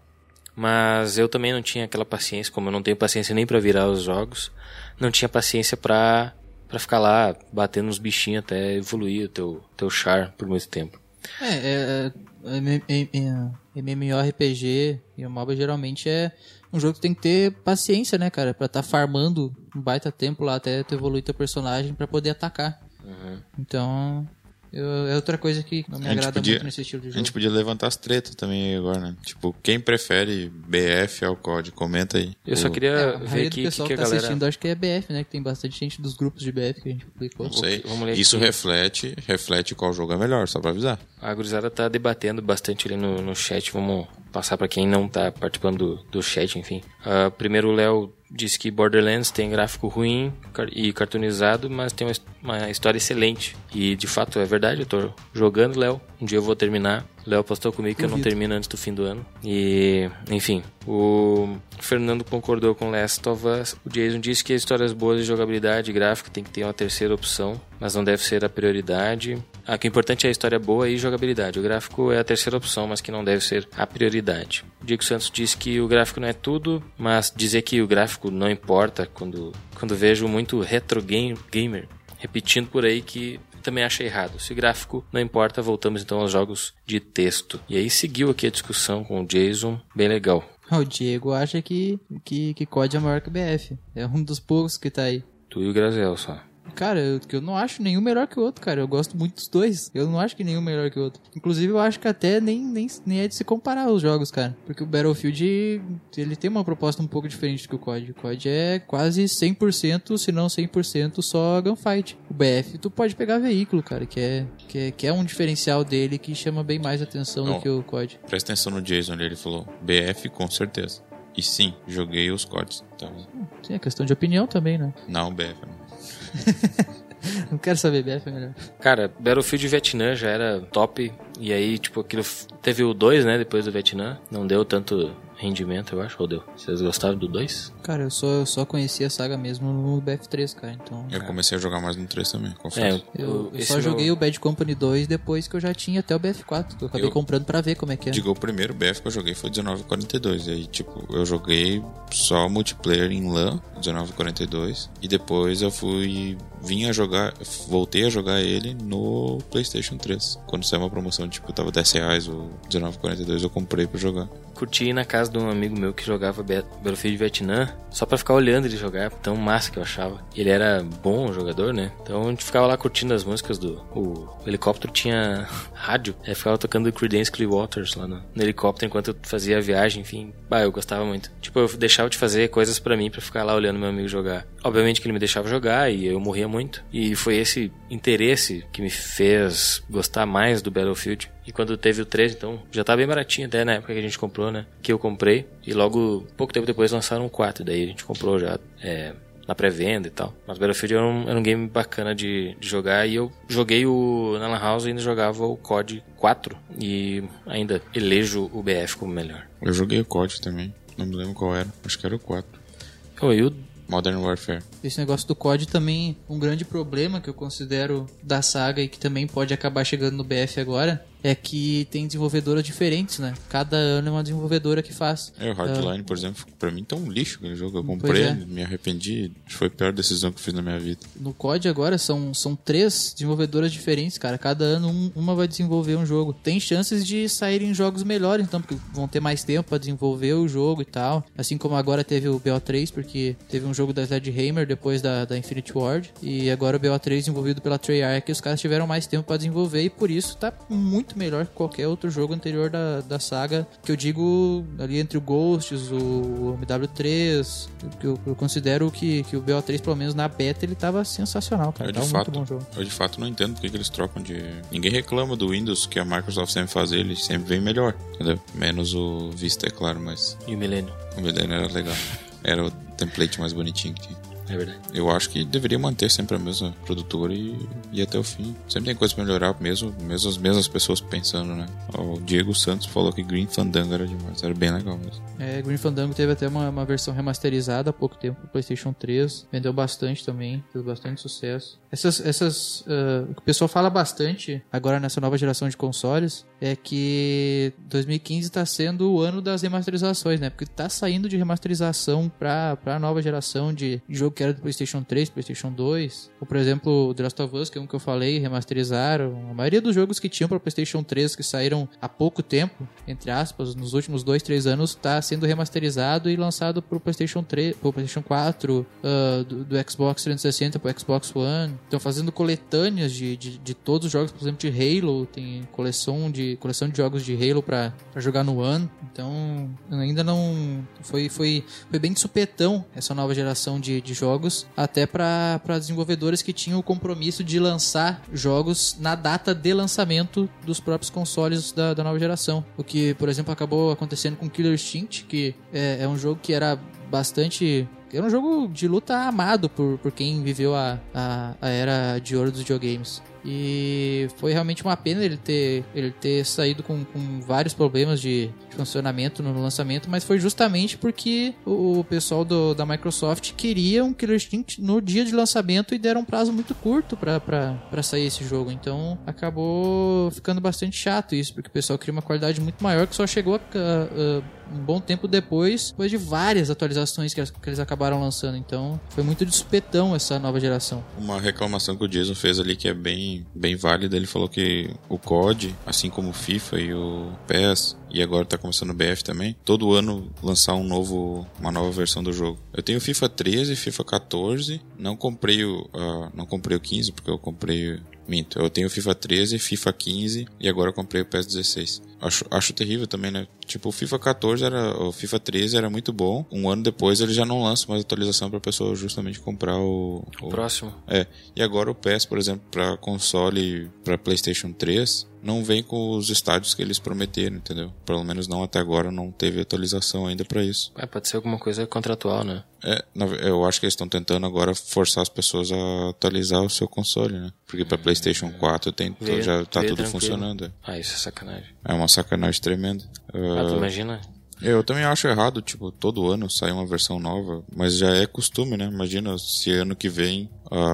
mas eu também não tinha aquela paciência, como eu não tenho paciência nem pra virar os jogos, não tinha paciência pra, pra ficar lá batendo nos bichinhos até evoluir o teu, teu char por muito tempo. É, é, é, é MMORPG e o MOBA geralmente é um jogo que tem que ter paciência, né, cara? Pra tá farmando um baita tempo lá até tu evoluir teu personagem pra poder atacar. Uhum. Então, Eu, é outra coisa que não me agrada podia, muito nesse estilo de jogo. A gente podia levantar as tretas também agora, né? Tipo, quem prefere B F ao C O D? Comenta aí. Eu só o... queria é, ver aqui que, que, que a tá galera... assistindo, acho que é B F, né? Que tem bastante gente dos grupos de B F que a gente publicou. Não sei. Vamos ler Isso aqui. reflete, reflete qual jogo é melhor, só pra avisar. A gurizada tá debatendo bastante ali no, no chat. Vamos passar pra quem não tá participando do, do chat, enfim. Uh, primeiro o Léo disse que Borderlands tem gráfico ruim e cartoonizado, mas tem uma, uma história excelente. E de fato é verdade, eu tô jogando, Léo. Um dia eu vou terminar. O Léo postou comigo que eu não termino antes do fim do ano. E, enfim, o Fernando concordou com Last of Us. O Jason disse que as histórias boas de jogabilidade e gráfico tem que ter uma terceira opção, mas não deve ser a prioridade. Ah, que o importante é a história boa e jogabilidade. O gráfico é a terceira opção, mas que não deve ser a prioridade. O Diego Santos disse que o gráfico não é tudo, mas dizer que o gráfico não importa quando, quando vejo muito retro game, gamer repetindo por aí que também acha errado. Se o gráfico não importa, voltamos então aos jogos de texto. E aí seguiu aqui a discussão com o Jason, bem legal. O Diego acha que, que, que C O D é maior que o B F. É um dos poucos que tá aí. Tu e o Grazel só. Cara, eu, eu não acho nenhum melhor que o outro, cara. Eu gosto muito dos dois. Eu não acho que nenhum melhor que o outro. Inclusive, eu acho que até nem, nem, nem é de se comparar os jogos, cara. Porque o Battlefield, ele tem uma proposta um pouco diferente do que o C O D. O C O D é quase cem por cento, se não cem por cento, só gunfight. O B F, tu pode pegar veículo, cara, que é, que é, que é um diferencial dele que chama bem mais atenção Não, do que o C O D. Presta atenção no Jason ali, ele falou B F com certeza. E sim, joguei os C O Ds. Tá? Sim, é questão de opinião também, né? Não, B F não. Não quero saber, B F é melhor. Cara, Battlefield Vietnã já era top. E aí, tipo, aquilo teve o dois, né? Depois do Vietnã. Não deu tanto rendimento, eu acho. Ou deu? Vocês gostaram do dois? Cara, eu só, eu só conheci a saga mesmo no B F três, cara. Então... Eu comecei a jogar mais no três também, É, confesso. Eu, eu só meu... joguei o Bad Company dois depois que eu já tinha até o B F quatro. Que eu acabei Eu- comprando pra ver como é que é. Digo, o primeiro B F que eu joguei foi dezenove quarenta e dois. E aí, tipo, eu joguei só multiplayer em LAN, dezenove quarenta e dois. E depois eu fui... Vim a jogar... Voltei a jogar ele no PlayStation três. Quando saiu uma promoção, tipo, tava dez reais o dezenove quarenta e dois, eu comprei pra jogar. Curti ir na casa de um amigo meu que jogava Be- Battlefield Vietnã só pra ficar olhando ele jogar, tão massa que eu achava. Ele era bom jogador, né? Então a gente ficava lá curtindo as músicas do... O, o helicóptero tinha rádio, aí ficava tocando Creedence Clearwaters lá no, no helicóptero enquanto eu fazia a viagem, enfim. Bah, eu gostava muito. Tipo, eu deixava de fazer coisas pra mim pra ficar lá olhando meu amigo jogar. Obviamente que ele me deixava jogar e eu morria muito. E foi esse interesse que me fez gostar mais do Battlefield. E quando teve o três, então, já tava bem baratinho até na época que a gente comprou, né? Que eu comprei. E logo, pouco tempo depois, lançaram o quatro. Daí a gente comprou já é, na pré-venda e tal. Mas Battlefield era um, era um game bacana de, de jogar. E eu joguei o na Lan House e ainda jogava o C O D quatro. E ainda elejo o B F como melhor. Eu joguei o C O D também. Não me lembro qual era. Acho que era o quatro. Oh, e o Modern Warfare. Esse negócio do C O D também, um grande problema que eu considero da saga e que também pode acabar chegando no B F agora, é que tem desenvolvedoras diferentes, né? Cada ano é uma desenvolvedora que faz. É, o Hardline, Ah, por exemplo, pra mim tá um lixo aquele jogo. Eu Pois comprei, é. me arrependi. Acho que foi a pior decisão que eu fiz na minha vida. No C O D agora são, são três desenvolvedoras diferentes, cara. Cada ano um- uma vai desenvolver um jogo. Tem chances de saírem jogos melhores, então, porque vão ter mais tempo pra desenvolver o jogo e tal. Assim como agora teve o B O três, porque teve um jogo da Sledgehammer depois da, da Infinity Ward. E agora o B O três desenvolvido pela Treyarch, os caras tiveram mais tempo pra desenvolver e por isso tá muito melhor que qualquer outro jogo anterior da, da saga. Que eu digo ali entre o Ghosts, o M W três, que eu, eu considero que, que o B O três, pelo menos na beta, ele tava sensacional, cara. Eu de, Tava fato, muito bom jogo. eu de fato não entendo porque que eles trocam de... Ninguém reclama do Windows que a Microsoft sempre faz, ele sempre vem melhor, entendeu? Menos o Vista, é claro, mas E o Millennium. o Millennium era legal. Era o template mais bonitinho que tinha. É verdade. Eu acho que deveria manter sempre a mesma produtora e ir até o fim. Sempre tem coisa pra melhorar, mesmo, mesmo as mesmas pessoas pensando, né? O Diego Santos falou que Green Fandango era demais, era bem legal mesmo. É, Green Fandango teve até uma, uma versão remasterizada há pouco tempo pro PlayStation três. Vendeu bastante também, fez bastante sucesso. Essas, essas uh, o que o pessoal fala bastante agora nessa nova geração de consoles é que dois mil e quinze tá sendo o ano das remasterizações, né? Porque tá saindo de remasterização pra, pra nova geração de jogo que era do PlayStation três, PlayStation dois. Ou, por exemplo, o The Last of Us, que é um que eu falei, remasterizaram. A maioria dos jogos que tinham para PlayStation três, que saíram há pouco tempo, entre aspas, nos últimos dois, três anos, está sendo remasterizado e lançado pro PlayStation três, pro PlayStation quatro, uh, do, do Xbox trezentos e sessenta pro Xbox One. Estão fazendo coletâneas de, de, de todos os jogos, por exemplo, de Halo. Tem coleção de, coleção de jogos de Halo para jogar no One. Então, ainda não... Foi, foi, foi bem de supetão essa nova geração de, de jogos, até para desenvolvedores que tinham o compromisso de lançar jogos na data de lançamento dos próprios consoles da, da nova geração. O que, por exemplo, acabou acontecendo com Killer Instinct, que é, é um jogo que era bastante... Era um jogo de luta amado por, por quem viveu a, a, a era de ouro dos videogames. E foi realmente uma pena ele ter, ele ter saído com, com vários problemas de, de funcionamento no lançamento, mas foi justamente porque o, o pessoal do, da Microsoft queria um Killer Instinct no dia de lançamento e deram um prazo muito curto para sair esse jogo. Então acabou ficando bastante chato isso, porque o pessoal queria uma qualidade muito maior que só chegou a, a, a um bom tempo depois, depois de várias atualizações que eles, que eles acabaram lançando. Então foi muito de supetão essa nova geração. Uma reclamação que o Jason fez ali que é bem, bem válida, ele falou que o C O D, assim como o FIFA e o P E S, e agora tá começando o B F também, todo ano lançar um novo, uma nova versão do jogo. Eu tenho FIFA treze, FIFA quatorze, não comprei o, uh, não comprei o quinze porque eu comprei... Minto, eu tenho FIFA treze, FIFA quinze e agora eu comprei o P E S dezesseis. Acho, acho terrível também, né? Tipo, o FIFA quatorze era, o FIFA treze era muito bom. Um ano depois ele já não lança mais atualização pra pessoa justamente comprar o... O, o próximo. É. E agora o P E S, por exemplo, pra console, pra PlayStation três, não vem com os estádios que eles prometeram, entendeu? Pelo menos não até agora, não teve atualização ainda pra isso. É, pode ser alguma coisa contratual, né? É, eu acho que eles estão tentando agora forçar as pessoas a atualizar o seu console, né? Porque pra hum, PlayStation quatro tem, vê, já tá tudo tranquilo. Funcionando. Ah, isso é sacanagem. É uma sacanagem tremenda. Ah, tu uh, imagina? Eu também acho errado, tipo, todo ano sai uma versão nova, mas já é costume, né? Imagina se ano que vem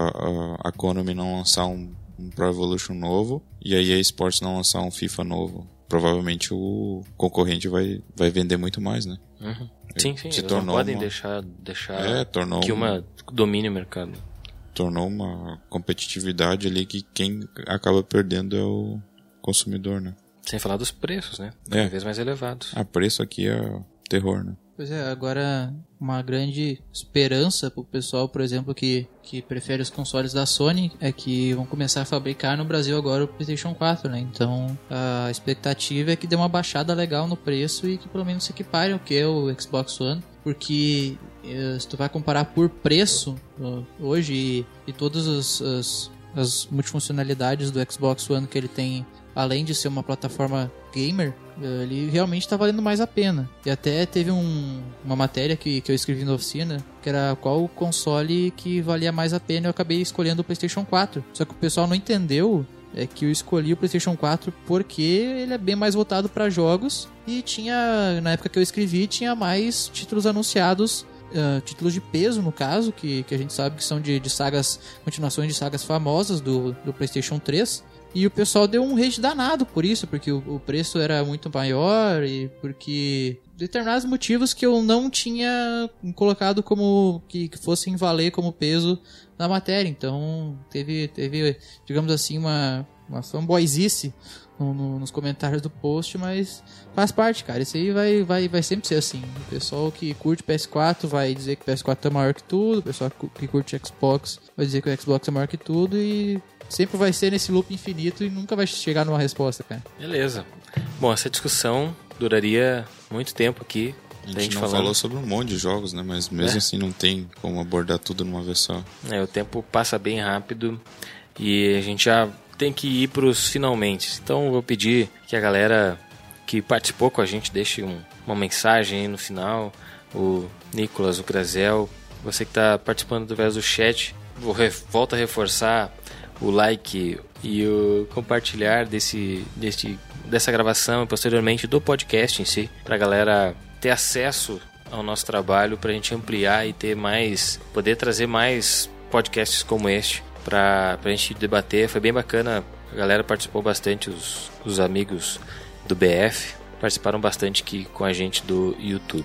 a, a, a Konami não lançar um, um Pro Evolution novo e a E A Sports não lançar um FIFA novo. Provavelmente o concorrente vai, vai vender muito mais, né? Uhum. Sim, sim, se eles não podem uma... deixar, deixar é, tornou que uma um... domine o mercado. Tornou uma competitividade ali que quem acaba perdendo é o consumidor, né? Sem falar dos preços, né? Cada é. vez mais elevados. A preço aqui é terror, né? Pois é, agora uma grande esperança pro pessoal, por exemplo, que, que prefere os consoles da Sony, é que vão começar a fabricar no Brasil agora o PlayStation quatro, né? Então a expectativa é que dê uma baixada legal no preço e que pelo menos se equipare ao que é o Xbox One, porque se tu vai comparar por preço hoje e, e todas as, as, as multifuncionalidades do Xbox One que ele tem, além de ser uma plataforma gamer, ele realmente está valendo mais a pena. E até teve um, uma matéria que, que eu escrevi na oficina, que era qual o console que valia mais a pena, e eu acabei escolhendo o PlayStation quatro. Só que o pessoal não entendeu é que eu escolhi o PlayStation quatro porque ele é bem mais voltado para jogos e tinha, na época que eu escrevi, tinha mais títulos anunciados, uh, títulos de peso no caso, que, que a gente sabe que são de, de sagas, continuações de sagas famosas do, do PlayStation três. E o pessoal deu um rage danado por isso, porque o, o preço era muito maior e porque determinados motivos que eu não tinha colocado como que, que fossem valer como peso na matéria. Então teve, teve digamos assim, uma, uma fanboyzice no, no, nos comentários do post, mas faz parte, cara. Isso aí vai, vai, vai sempre ser assim. O pessoal que curte P S quatro vai dizer que o P S quatro é maior que tudo, o pessoal que curte Xbox vai dizer que o Xbox é maior que tudo e sempre vai ser nesse loop infinito e nunca vai chegar numa resposta, cara. Beleza. Bom, essa discussão duraria muito tempo aqui. A gente, a gente não falando. falou sobre um monte de jogos, né? Mas mesmo é. assim não tem como abordar tudo numa vez só. É, o tempo passa bem rápido e a gente já tem que ir pros finalmente. Então eu vou pedir que a galera que participou com a gente deixe um, uma mensagem aí no final. O Nicolas, o Grazel, você que está participando através do chat, vou re- volto a reforçar o like e o compartilhar desse, desse, dessa gravação e posteriormente do podcast em si, para a galera ter acesso ao nosso trabalho, para a gente ampliar e ter mais, poder trazer mais podcasts como este para a gente debater. Foi bem bacana, a galera participou bastante, os, os amigos do B F participaram bastante aqui com a gente do YouTube.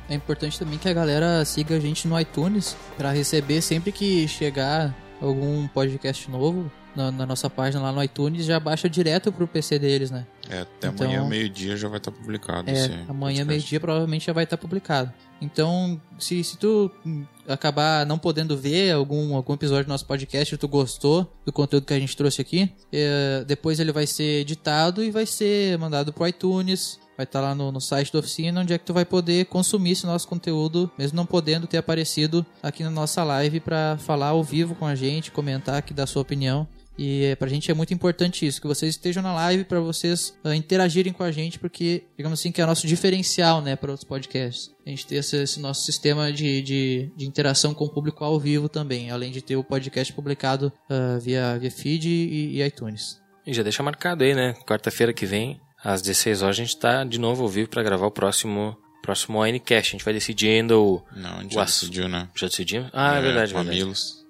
É importante também que a galera siga a gente no iTunes para receber sempre que chegar algum podcast novo na, na nossa página lá no iTunes, já baixa direto pro P C deles, né? É, até Então, amanhã, meio-dia, já vai estar publicado. É, esse amanhã, podcast. meio-dia, provavelmente já vai estar publicado. Então, se, se tu acabar não podendo ver algum, algum episódio do nosso podcast e tu gostou do conteúdo que a gente trouxe aqui, é, depois ele vai ser editado e vai ser mandado pro iTunes. Vai estar lá no, no site da oficina, onde é que tu vai poder consumir esse nosso conteúdo, mesmo não podendo ter aparecido aqui na nossa live para falar ao vivo com a gente, comentar aqui da sua opinião. E pra gente é muito importante isso, que vocês estejam na live para vocês uh, interagirem com a gente, porque, digamos assim, que é o nosso diferencial, né, para outros podcasts. A gente ter esse, esse nosso sistema de, de, de interação com o público ao vivo também, além de ter o podcast publicado uh, via, via feed e, e iTunes. E já deixa marcado aí, né? Quarta-feira que vem, às dezesseis horas, a gente tá de novo ao vivo para gravar o próximo... Próximo ONCast. A gente vai decidir ainda o... Não, a gente o já ass... decidiu, né? Já decidimos? Ah, é, é verdade, verdade. Mamilos.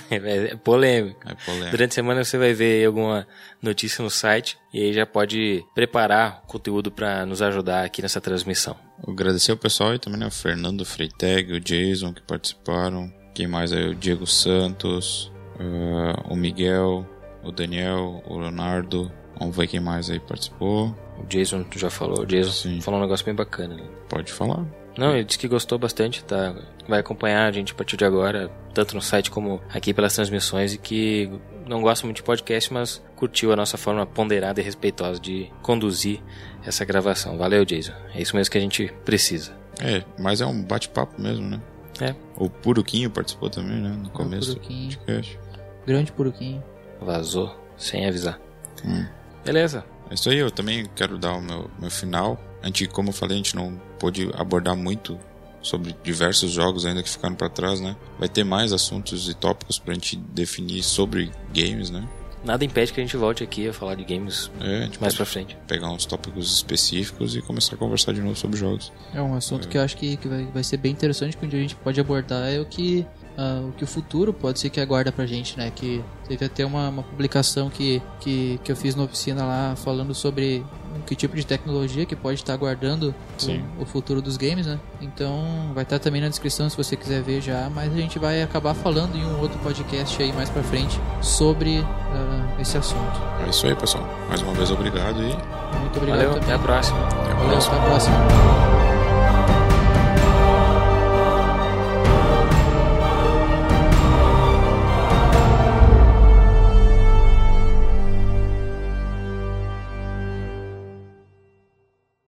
É polêmico. É polêmico. Durante a semana você vai ver alguma notícia no site e aí já pode preparar o conteúdo para nos ajudar aqui nessa transmissão. Agradecer ao pessoal e também, né? O Fernando Freitag, o Jason que participaram. Quem mais aí? O Diego Santos, uh, o Miguel, o Daniel, o Leonardo. Vamos ver quem mais aí participou. O Jason, tu já falou. O Jason Sim. falou um negócio bem bacana. Né? Pode falar. Não, ele disse que gostou bastante, tá? Vai acompanhar a gente a partir de agora, tanto no site como aqui pelas transmissões, e que não gosta muito de podcast, mas curtiu a nossa forma ponderada e respeitosa de conduzir essa gravação. Valeu, Jason. É isso mesmo que a gente precisa. É, mas é um bate-papo mesmo, né? É. O Puruquinho participou também, né? No começo do podcast. Grande Puruquinho. Vazou, sem avisar. Hum. Beleza. É isso aí, eu também quero dar o meu, meu final. A gente, como eu falei, a gente não pôde abordar muito sobre diversos jogos ainda que ficaram pra trás, né? Vai ter mais assuntos e tópicos pra gente definir sobre games, né? Nada impede que a gente volte aqui a falar de games é, mais pra frente. Pegar uns tópicos específicos e começar a conversar de novo sobre jogos. É um assunto é. que eu acho que, que vai, vai ser bem interessante, que um dia a gente pode abordar é o que... Uh, o que o futuro pode ser que aguarda pra gente, né? Que teve até uma, uma publicação que, que, que eu fiz na oficina lá falando sobre que tipo de tecnologia que pode estar aguardando o, o futuro dos games, né? Então vai estar também na descrição se você quiser ver já, mas a gente vai acabar falando em um outro podcast aí mais pra frente sobre uh, esse assunto. É isso aí, pessoal. Mais uma vez, obrigado e... Muito obrigado. Valeu, também. até a próxima. Até a Valeu, próxima. até a próxima.